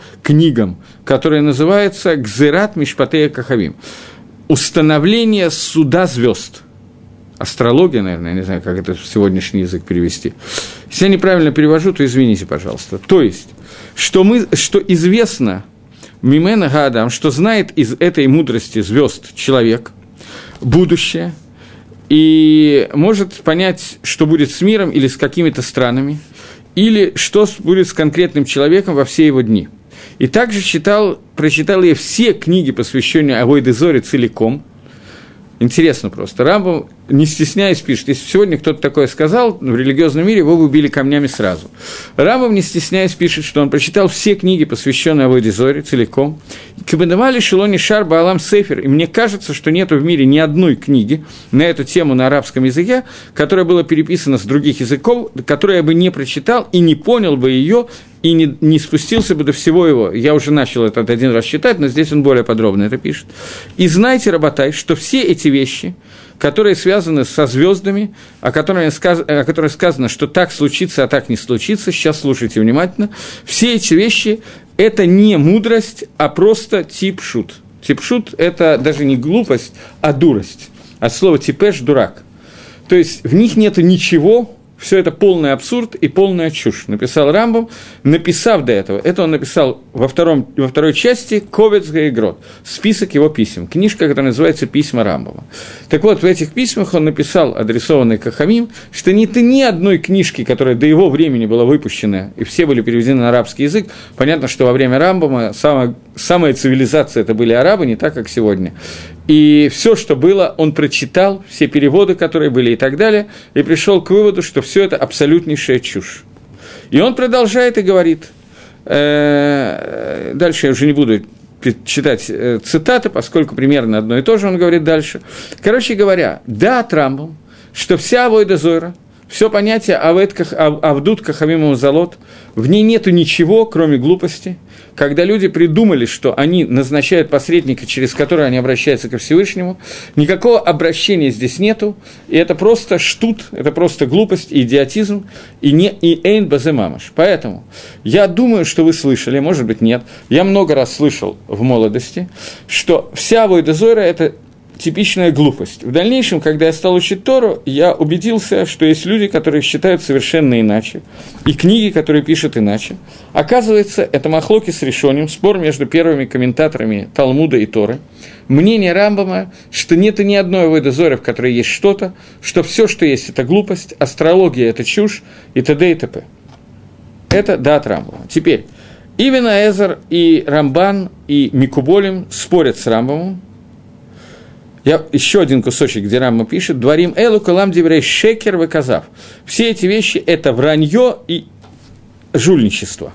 «Гзейрат мишпатея кахавим». Установление суда звезд. Астрология, наверное, я не знаю, как это в сегодняшний язык перевести. Если я неправильно перевожу, то извините, пожалуйста. То есть, что известно Мимена Гаадам, что знает из этой мудрости звезд человек, будущее, и может понять, что будет с миром или с какими-то странами, или что будет с конкретным человеком во все его дни. И также прочитал я все книги, посвященные авойде зоре целиком. Интересно просто. Рамбам не стесняясь, пишет, если сегодня кто-то такое сказал, в религиозном мире его бы убили камнями сразу. Рамбам, не стесняясь, пишет, что он прочитал все книги, посвященные Авойде Зоре, целиком. Кабадавали Шилони Шар Баалам Сефер. И мне кажется, что нет в мире ни одной книги на эту тему на арабском языке, которая была переписана с других языков, которую я бы не прочитал и не понял бы ее, и не спустился бы до всего его. Я уже начал это один раз читать, но здесь он более подробно это пишет. И знайте, Рабатай, что все эти вещи, которые связаны со звездами, о которых сказано, что так случится, а так не случится, сейчас слушайте внимательно, все эти вещи – это не мудрость, а просто типшут. Типшут – это даже не глупость, а дурость. От слова типеш – дурак. То есть в них нет ничего. Все это полный абсурд и полная чушь. Написал Рамбам, написав до этого. Это он написал во второй части «Ковец Гаигрот», список его писем, книжка, которая называется «Письма Рамбама». Так вот, в этих письмах он написал, адресованные к Хахамим, что нет ни одной книжки, которая до его времени была выпущена, и все были переведены на арабский язык. Понятно, что во время Рамбама самая цивилизация – это были арабы, не так, как сегодня. И все, что было, он прочитал, все переводы, которые были и так далее, и пришел к выводу, что все это абсолютнейшая чушь. И он продолжает и говорит, дальше я уже не буду читать цитаты, поскольку примерно одно и то же он говорит дальше. Короче говоря, да, Рамбам, что вся Авойда Зора, все понятие Авдут Кахамим Залот, в ней нету ничего, кроме глупости. Когда люди придумали, что они назначают посредника, через которого они обращаются ко Всевышнему, никакого обращения здесь нету, и это просто штут, это просто глупость, идиотизм, и эйн базе мамаш. Поэтому я думаю, что вы слышали, может быть, нет, я много раз слышал в молодости, что вся Авойда Зора – это типичная глупость. В дальнейшем, когда я стал учить Тору, я убедился, что есть люди, которые считают совершенно иначе, и книги, которые пишут иначе. Оказывается, это махлоки с решением, спор между первыми комментаторами Талмуда и Торы. Мнение Рамбама, что нет ни одной Авойда Зоры, в которой есть что-то, что все, что есть, это глупость, астрология – это чушь, и т.д. и т.п. Это дат Рамбама. Теперь, Ибн Эзер и Рамбан и Микуболим спорят с Рамбамом. Еще один кусочек, где Рамма пишет, «Дворим элу калам диврей шекер выказав». Все эти вещи – это вранье и жульничество.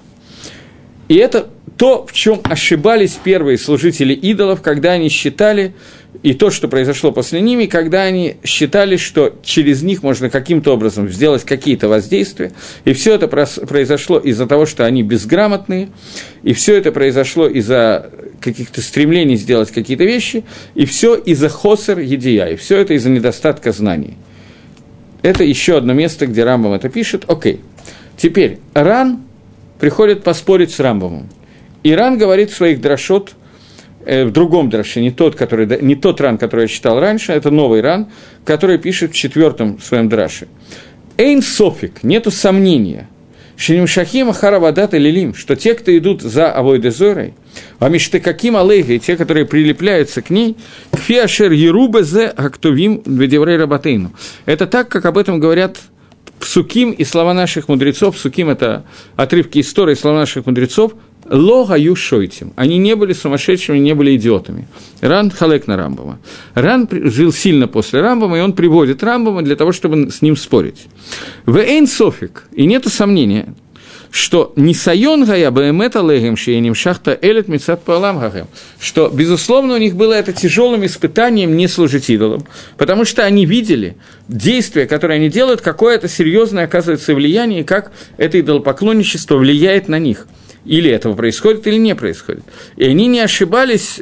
И это то, в чем ошибались первые служители идолов, когда они считали, и то, что произошло после ними, когда они считали, что через них можно каким-то образом сделать какие-то воздействия, и все это произошло из-за того, что они безграмотные, и все это произошло из-за каких-то стремлений сделать какие-то вещи, и все из-за хосер едия, и все это из-за недостатка знаний. Это еще одно место, где Рамбам это пишет. Окей. Теперь Ран приходит поспорить с Рамбамом. И Ран говорит в своих драшот, в другом драше, не тот Ран, который я читал раньше, это новый Ран, который пишет в 4 своем драше. «Эйн софик», нету сомнения, «Шинимшахим ахаравадат элилим», что те, кто идут за Авойдой Зорой, «Амиштекаким алейгой», те, которые прилепляются к ней, «Кфиашер ерубезе актувим ведеврей рабатейну». Это так, как об этом говорят псуким и слова наших мудрецов. Псуким – это отрывки истории, слова наших мудрецов, «Ло гаю шойтим». Они не были сумасшедшими, не были идиотами. Ран халек на Рамбама. Ран жил сильно после Рамбама, и он приводит Рамбама для того, чтобы с ним спорить. «Вэйн софик», и нету сомнения, что «Нисайон гая бээмэт алэгэм шиеним шахта элет мицат паалам гагэм», что, безусловно, у них было это тяжелым испытанием не служить идолам, потому что они видели действия, которые они делают, какое-то серьезное, оказывается, влияние, и как это идолопоклонничество влияет на них. Или этого происходит, или не происходит. И они не ошибались,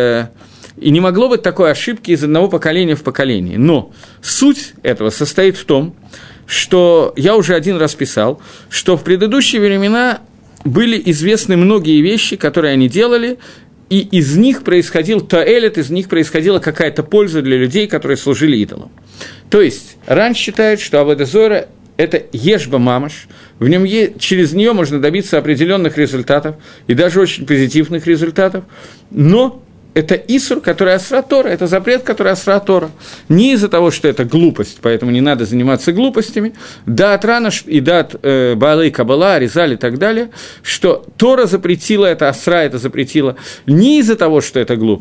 и не могло быть такой ошибки из одного поколения в поколение. Но суть этого состоит в том, что я уже один раз писал, что в предыдущие времена были известны многие вещи, которые они делали, и из них происходил таэлет, из них происходила какая-то польза для людей, которые служили идолам. То есть Ран считает, что Авойда Зора – это ешба мамаш, в нем через нее можно добиться определенных результатов, и даже очень позитивных результатов, но это исур, который асра Тора, это запрет, который асра Тора. Не из-за того, что это глупость, поэтому не надо заниматься глупостями, дат Рана и дат Баалей Кабала, Аризаль и так далее, что Тора запретила это, асра это запретила, не из-за того, что это глупость,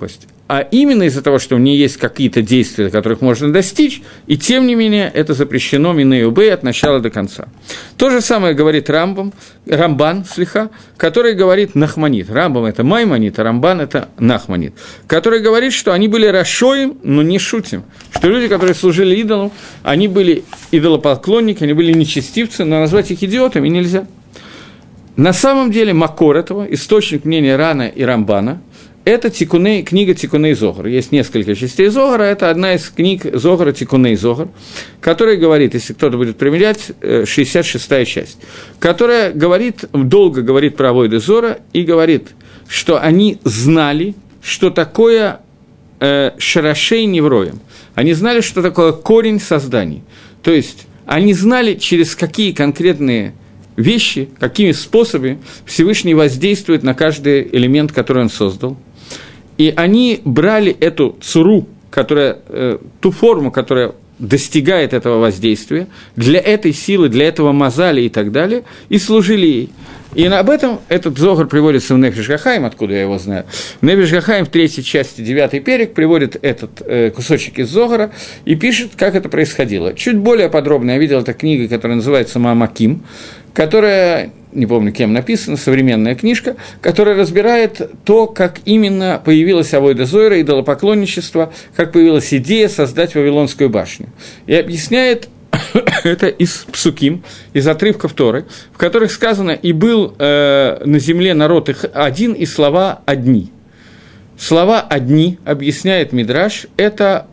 а именно из-за того, что в ней есть какие-то действия, которых можно достичь, и тем не менее это запрещено миней убей от начала до конца. То же самое говорит Рамбан, который говорит Нахманит. Рамбам – это Маймонит, а Рамбан – это Нахманит, который говорит, что они были рашоим, но не шутим, что люди, которые служили идолам, они были идолопоклонники, они были нечестивцы, но назвать их идиотами нельзя. На самом деле макор этого, источник мнения Рана и Рамбана, это книга Тикуней Зогар. Есть несколько частей Зогара, это одна из книг Зогара, Тикуней Зогар, которая говорит, если кто-то будет примерять, 66-я часть, которая долго говорит про авойду зора и говорит, что они знали, что такое шарашей невроем. Они знали, что такое корень созданий. То есть они знали, через какие конкретные вещи, какими способами Всевышний воздействует на каждый элемент, который он создал. И они брали эту цуру, ту форму, которая достигает этого воздействия, для этой силы, для этого мазали и так далее, и служили ей. И об этом этот Зогар приводится в Нефеш ха-Хаим, откуда я его знаю. В Нефеш ха-Хаим в 3 части 9 перек приводит этот кусочек из Зогара и пишет, как это происходило. Чуть более подробно я видел эту книгу, которая называется «Маамаким», которая, не помню, кем написана, современная книжка, которая разбирает то, как именно появилась авойда зора, идолопоклонничество, как появилась идея создать Вавилонскую башню. И объясняет это из псуким, из отрывков Торы, в которых сказано «И был на земле народ их один, и слова одни». Слова «одни», объясняет Мидраш, это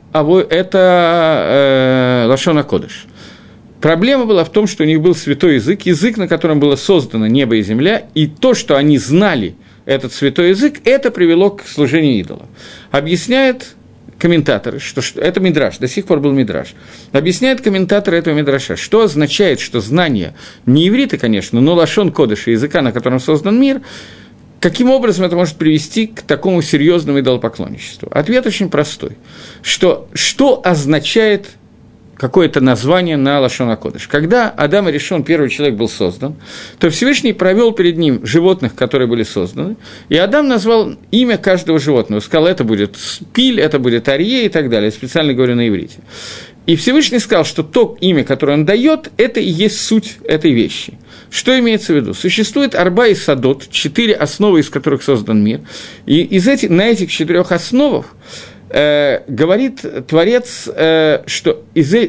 лашон а-кодеш. Проблема была в том, что у них был святой язык, на котором было создано небо и земля, и то, что они знали этот святой язык, это привело к служению идола. Объясняет комментаторы, что это Мидраш, до сих пор был Мидраш. Объясняет комментаторы этого Мидраша, что означает, что знание, не иврита, конечно, но лашон кодеша, языка, на котором создан мир, каким образом это может привести к такому серьезному идолопоклонничеству? Ответ очень простой, что означает какое-то название на лашон а-кодеш. Когда Адам Аришон, первый человек, был создан, то Всевышний провел перед ним животных, которые были созданы, и Адам назвал имя каждого животного. Сказал, это будет пиль, это будет арье и так далее. Я специально говорю на иврите. И Всевышний сказал, что то имя, которое он дает, это и есть суть этой вещи. Что имеется в виду? Существует арба и садот, 4 основы, из которых создан мир, и на этих 4 основах говорит Творец, что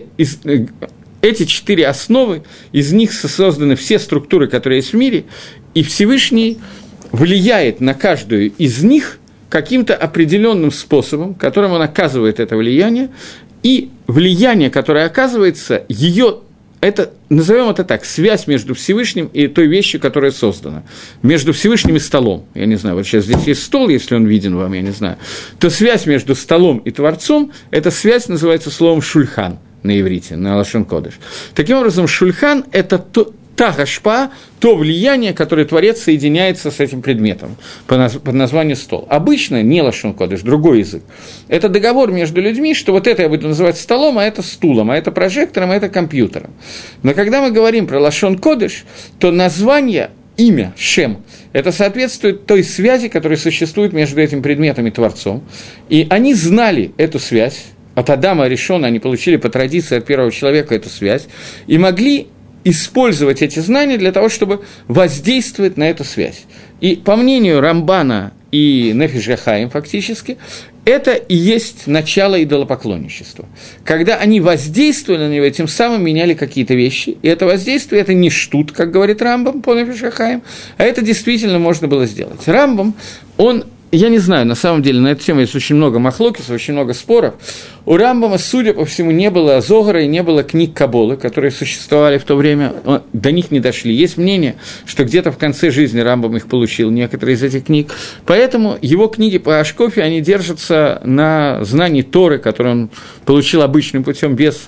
эти 4 основы, из них созданы все структуры, которые есть в мире, и Всевышний влияет на каждую из них каким-то определенным способом, которым он оказывает это влияние, и влияние, которое оказывается, это, назовем это так, связь между Всевышним и той вещью, которая создана. Между Всевышним и столом. Я не знаю, вот сейчас здесь есть стол, если он виден вам, я не знаю. То связь между столом и Творцом, эта связь называется словом «шульхан» на иврите, на лашон кодеш. Таким образом, шульхан – это та гашпа, то влияние, которое Творец соединяется с этим предметом под названием стол. Обычно не лашон кодеш, другой язык. Это договор между людьми, что вот это я буду называть столом, а это стулом, а это прожектором, а это компьютером. Но когда мы говорим про лашон кодеш, то название, имя, шем, это соответствует той связи, которая существует между этим предметом и Творцом. И они знали эту связь, от Адама Аришона они получили по традиции от первого человека эту связь, и могли использовать эти знания для того, чтобы воздействовать на эту связь. И по мнению Рамбана и Нефеш ха-Хаим фактически, это и есть начало идолопоклонничества. Когда они воздействовали на него, тем самым меняли какие-то вещи, и это воздействие – это не штут, как говорит Рамбам по Нефеш ха-Хаим, а это действительно можно было сделать. Рамбам, я не знаю, на самом деле, на эту тему есть очень много махлокисов, очень много споров. У Рамбама, судя по всему, не было Зогара и не было книг Каббалы, которые существовали в то время, до них не дошли. Есть мнение, что где-то в конце жизни Рамбам их получил, некоторые из этих книг. Поэтому его книги по Ашкофе, они держатся на знании Торы, которые он получил обычным путем, без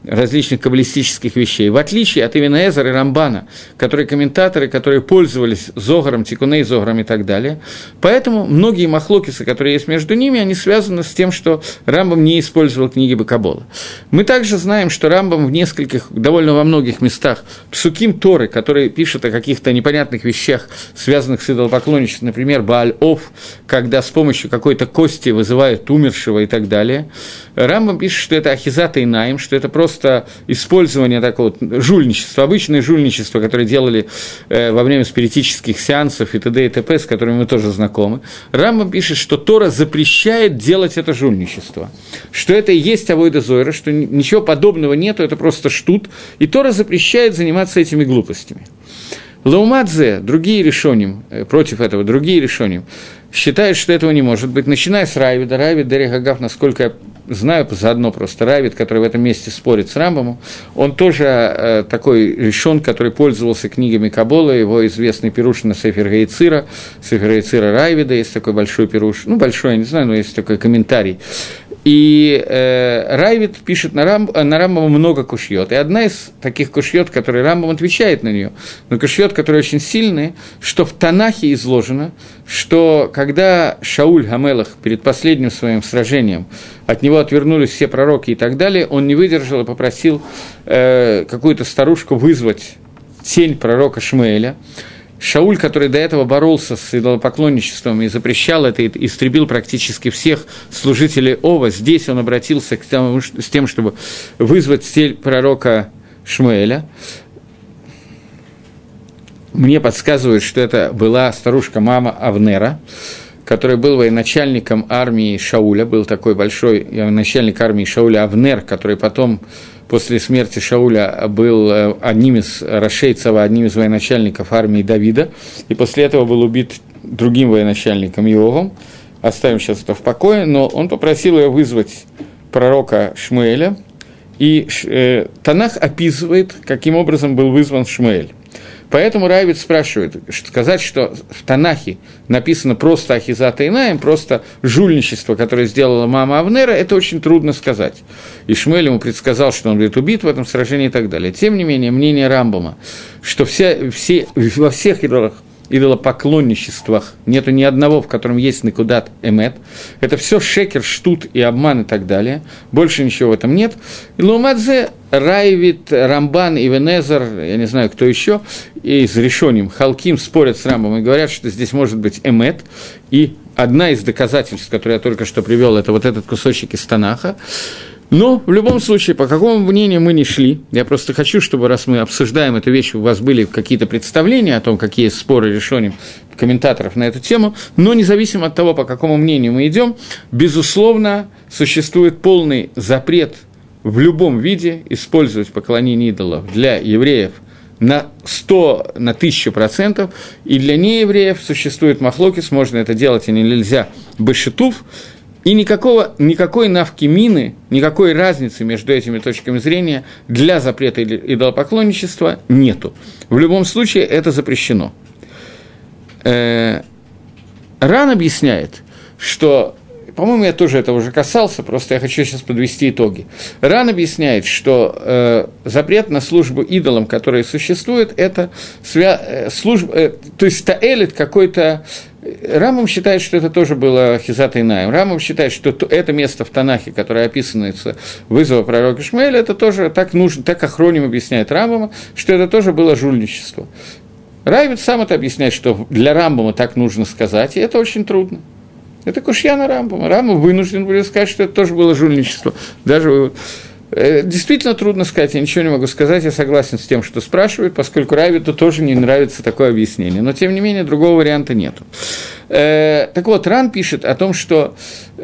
различных каббалистических вещей, в отличие от Ивен Эзера и Рамбана, которые комментаторы, которые пользовались Зогаром, Тикуней Зогаром и так далее. Поэтому многие махлокисы, которые есть между ними, они связаны с тем, что Рамбам не использовал книги Бакабола. Мы также знаем, что Рамбам в нескольких, довольно во многих местах, псуким Торы, которые пишут о каких-то непонятных вещах, связанных с идолопоклонничеством, например, Бааль-Ов, когда с помощью какой-то кости вызывают умершего и так далее, Рамбам пишет, что это ахизат и наим, что это просто использование такого жульничества, обычное жульничество, которое делали во время спиритических сеансов и т.д. и т.п., с которыми мы тоже знакомы. Рамбам пишет, что Тора запрещает делать это жульничество, что это и есть авойда зойра, что ничего подобного нету, это просто штут, и Тора запрещает заниматься этими глупостями. Лаумадзе, другие решением, против этого, другие решением, считают, что этого не может быть, начиная с Райвида. Райвид, Дерих Агав, насколько я знаю, заодно просто Райвид, который в этом месте спорит с Рамбамом, он тоже такой решен, который пользовался книгами Кабола, его известный пируш на Сефер Гейцира Райвида, есть такой большой пируш, большой, я не знаю, но есть такой комментарий. И Райвид пишет на Рамбама много кушьёт. И одна из таких кушьёт, которые Рамбам отвечает на нее, но кушьёт, которые очень сильные, что в Танахе изложено, что когда Шауль Гамелах перед последним своим сражением, от него отвернулись все пророки и так далее, он не выдержал и попросил какую-то старушку вызвать тень пророка Шмуэля. Шауль, который до этого боролся с идолопоклонничеством и запрещал это, и истребил практически всех служителей Ова, здесь он обратился с тем, чтобы вызвать тень пророка Шмуэля. Мне подсказывают, что это была старушка-мама Авнера, который был военачальником армии Шауля, был такой большой начальник армии Шауля Авнер, который потом, после смерти Шауля, был одним из рашейцев, одним из военачальников армии Давида, и после этого был убит другим военачальником Иовом. Оставим сейчас это в покое, но он попросил ее вызвать пророка Шмуэля, и Танах описывает, каким образом был вызван Шмуэль. Поэтому Райвид спрашивает, сказать, что в Танахе написано просто ахизат и наим, просто жульничество, которое сделала мама Авнера, это очень трудно сказать. И Шмуэль ему предсказал, что он будет убит в этом сражении и так далее. Тем не менее, мнение Рамбама, что во всех идолопоклонничествах нету ни одного, в котором есть никудат эмет. Это все шекер, штут и обман и так далее. Больше ничего в этом нет. И Лаумадзе, Райвид, Рамбан, Ивен Эзер, я не знаю, кто еще, и с решением Халким спорят с Рамбом и говорят, что здесь может быть эмет. И одна из доказательств, которые я только что привел, это вот этот кусочек из Танаха. Но, в любом случае, по какому мнению мы не шли, я просто хочу, чтобы, раз мы обсуждаем эту вещь, у вас были какие-то представления о том, какие есть споры решения комментаторов на эту тему, но независимо от того, по какому мнению мы идем, безусловно, существует полный запрет в любом виде использовать поклонение идолов для евреев на 100, на 1000%, и для неевреев существует махлокис, можно это делать или нельзя, бешитуф. И никакой навкимины, никакой разницы между этими точками зрения для запрета идолопоклонничества нету. В любом случае это запрещено. Ран объясняет, что, по-моему, я тоже этого уже касался, просто я хочу сейчас подвести итоги. Ран объясняет, что запрет на службу идолам, которые существуют, это служба, то есть таэлит какой-то. Рамбам считает, что это тоже было Хизат и Наим. Рамбам считает, что это место в Танахе, которое описывается вызова пророка Шмуэля, это тоже так нужно, так Ахроним объясняет Рамбама, что это тоже было жульничество. Райвид сам это объясняет, что для Рамбама так нужно сказать, и это очень трудно. Это кушья на Рамбама. Рамбам вынужден будет сказать, что это тоже было жульничество. Даже действительно трудно сказать, я ничего не могу сказать, я согласен с тем, что спрашивают, поскольку Райвиду тоже не нравится такое объяснение. Но, тем не менее, другого варианта нет. Так вот, Ран пишет о том, что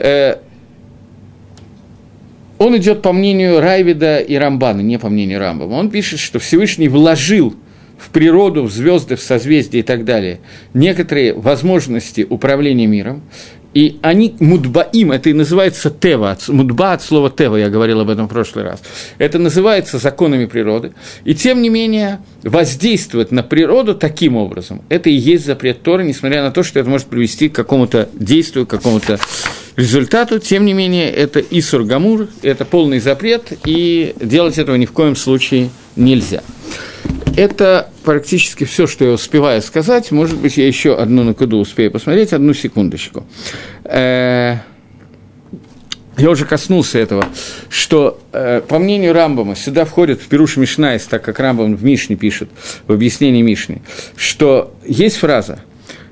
он идет по мнению Райвида и Рамбана, не по мнению Рамбама. Он пишет, что Всевышний вложил в природу, в звезды, в созвездия и так далее некоторые возможности управления миром, и они мудбаим, это и называется тева, мудба от слова тева, я говорил об этом в прошлый раз. Это называется законами природы, и тем не менее воздействовать на природу таким образом, это и есть запрет Торы, несмотря на то, что это может привести к какому-то действию, к какому-то результату, тем не менее это исур гамур, это полный запрет, и делать этого ни в коем случае нельзя. Это практически все, что я успеваю сказать. Может быть, я еще одну накуду успею посмотреть, одну секундочку. Я уже коснулся этого, что, по мнению Рамбама, сюда входит в Пируш Мишнайс, так как Рамбам в Мишне пишет, в объяснении Мишны, что есть фраза,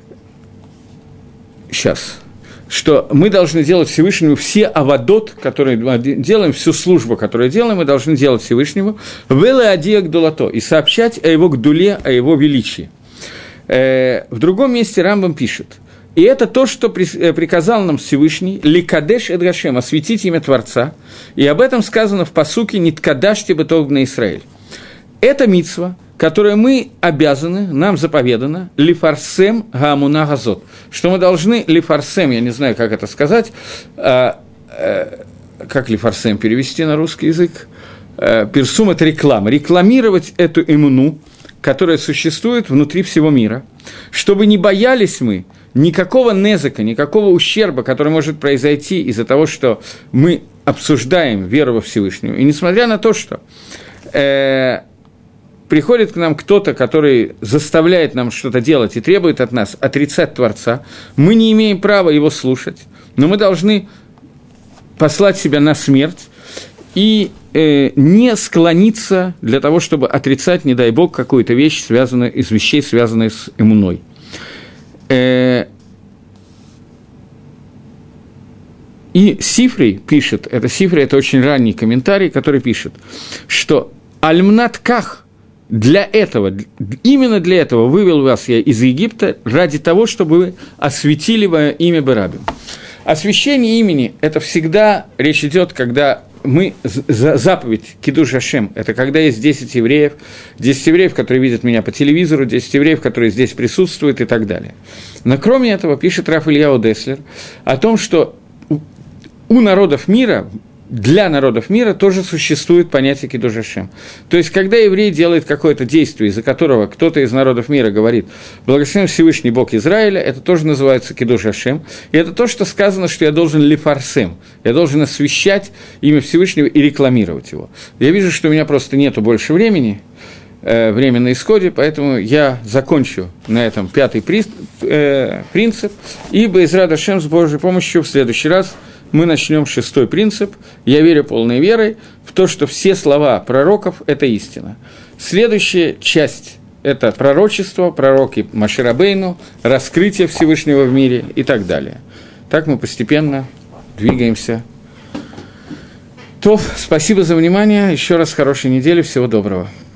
что мы должны делать Всевышнему все авадот, которые мы делаем, всю службу, которую делаем, мы должны делать Всевышнему, «Веле адия гдулато», и сообщать о его гдуле, о его величии. В другом месте Рамбам пишет, и это то, что приказал нам Всевышний, «Ликадеш эд Гашем», осветить имя Творца, и об этом сказано в пасуке «Ниткадаште бетов бней Исраэль». Это мицва, которое мы обязаны, нам заповедано, лифарсем гаамуна газот, что мы должны лифарсем, я не знаю, как это сказать, как лифарсем перевести на русский язык, персум – это реклама, рекламировать эту иммуну, которая существует внутри всего мира, чтобы не боялись мы никакого незака, никакого ущерба, который может произойти из-за того, что мы обсуждаем веру во Всевышнего. И несмотря на то, что приходит к нам кто-то, который заставляет нам что-то делать и требует от нас отрицать Творца, мы не имеем права его слушать, но мы должны послать себя на смерть и не склониться для того, чтобы отрицать, не дай Бог, какую-то вещь, связанную из вещей, связанных с иммуной. И Сифрей пишет, это очень ранний комментарий, который пишет, что «Альмнат ках» для этого, именно для этого вывел вас я из Египта, ради того, чтобы вы осветили мое имя Барабим. Освящение имени – это всегда речь идет, когда мы, заповедь Кидуш Ашем, это когда есть 10 евреев, которые видят меня по телевизору, 10 евреев, которые здесь присутствуют и так далее. Но кроме этого пишет Рав Ильяу Деслер о том, что у народов мира, для народов мира тоже существует понятие Кидуш Ашем. То есть, когда еврей делает какое-то действие, из-за которого кто-то из народов мира говорит «Благословен Всевышний Бог Израиля», это тоже называется Кидуш Ашем. И это то, что сказано, что я должен лифарсем, я должен освящать имя Всевышнего и рекламировать его. Я вижу, что у меня просто нету больше времени, время на исходе, поэтому я закончу на этом 5-й принцип, и Бе'эзрат Ашем с Божьей помощью в следующий раз мы начнем 6-й принцип. Я верю полной верой в то, что все слова пророков – это истина. Следующая часть – это пророчество, пророки Моше Рабейну, раскрытие Всевышнего в мире и так далее. Так мы постепенно двигаемся. Спасибо за внимание. Еще раз хорошей недели. Всего доброго.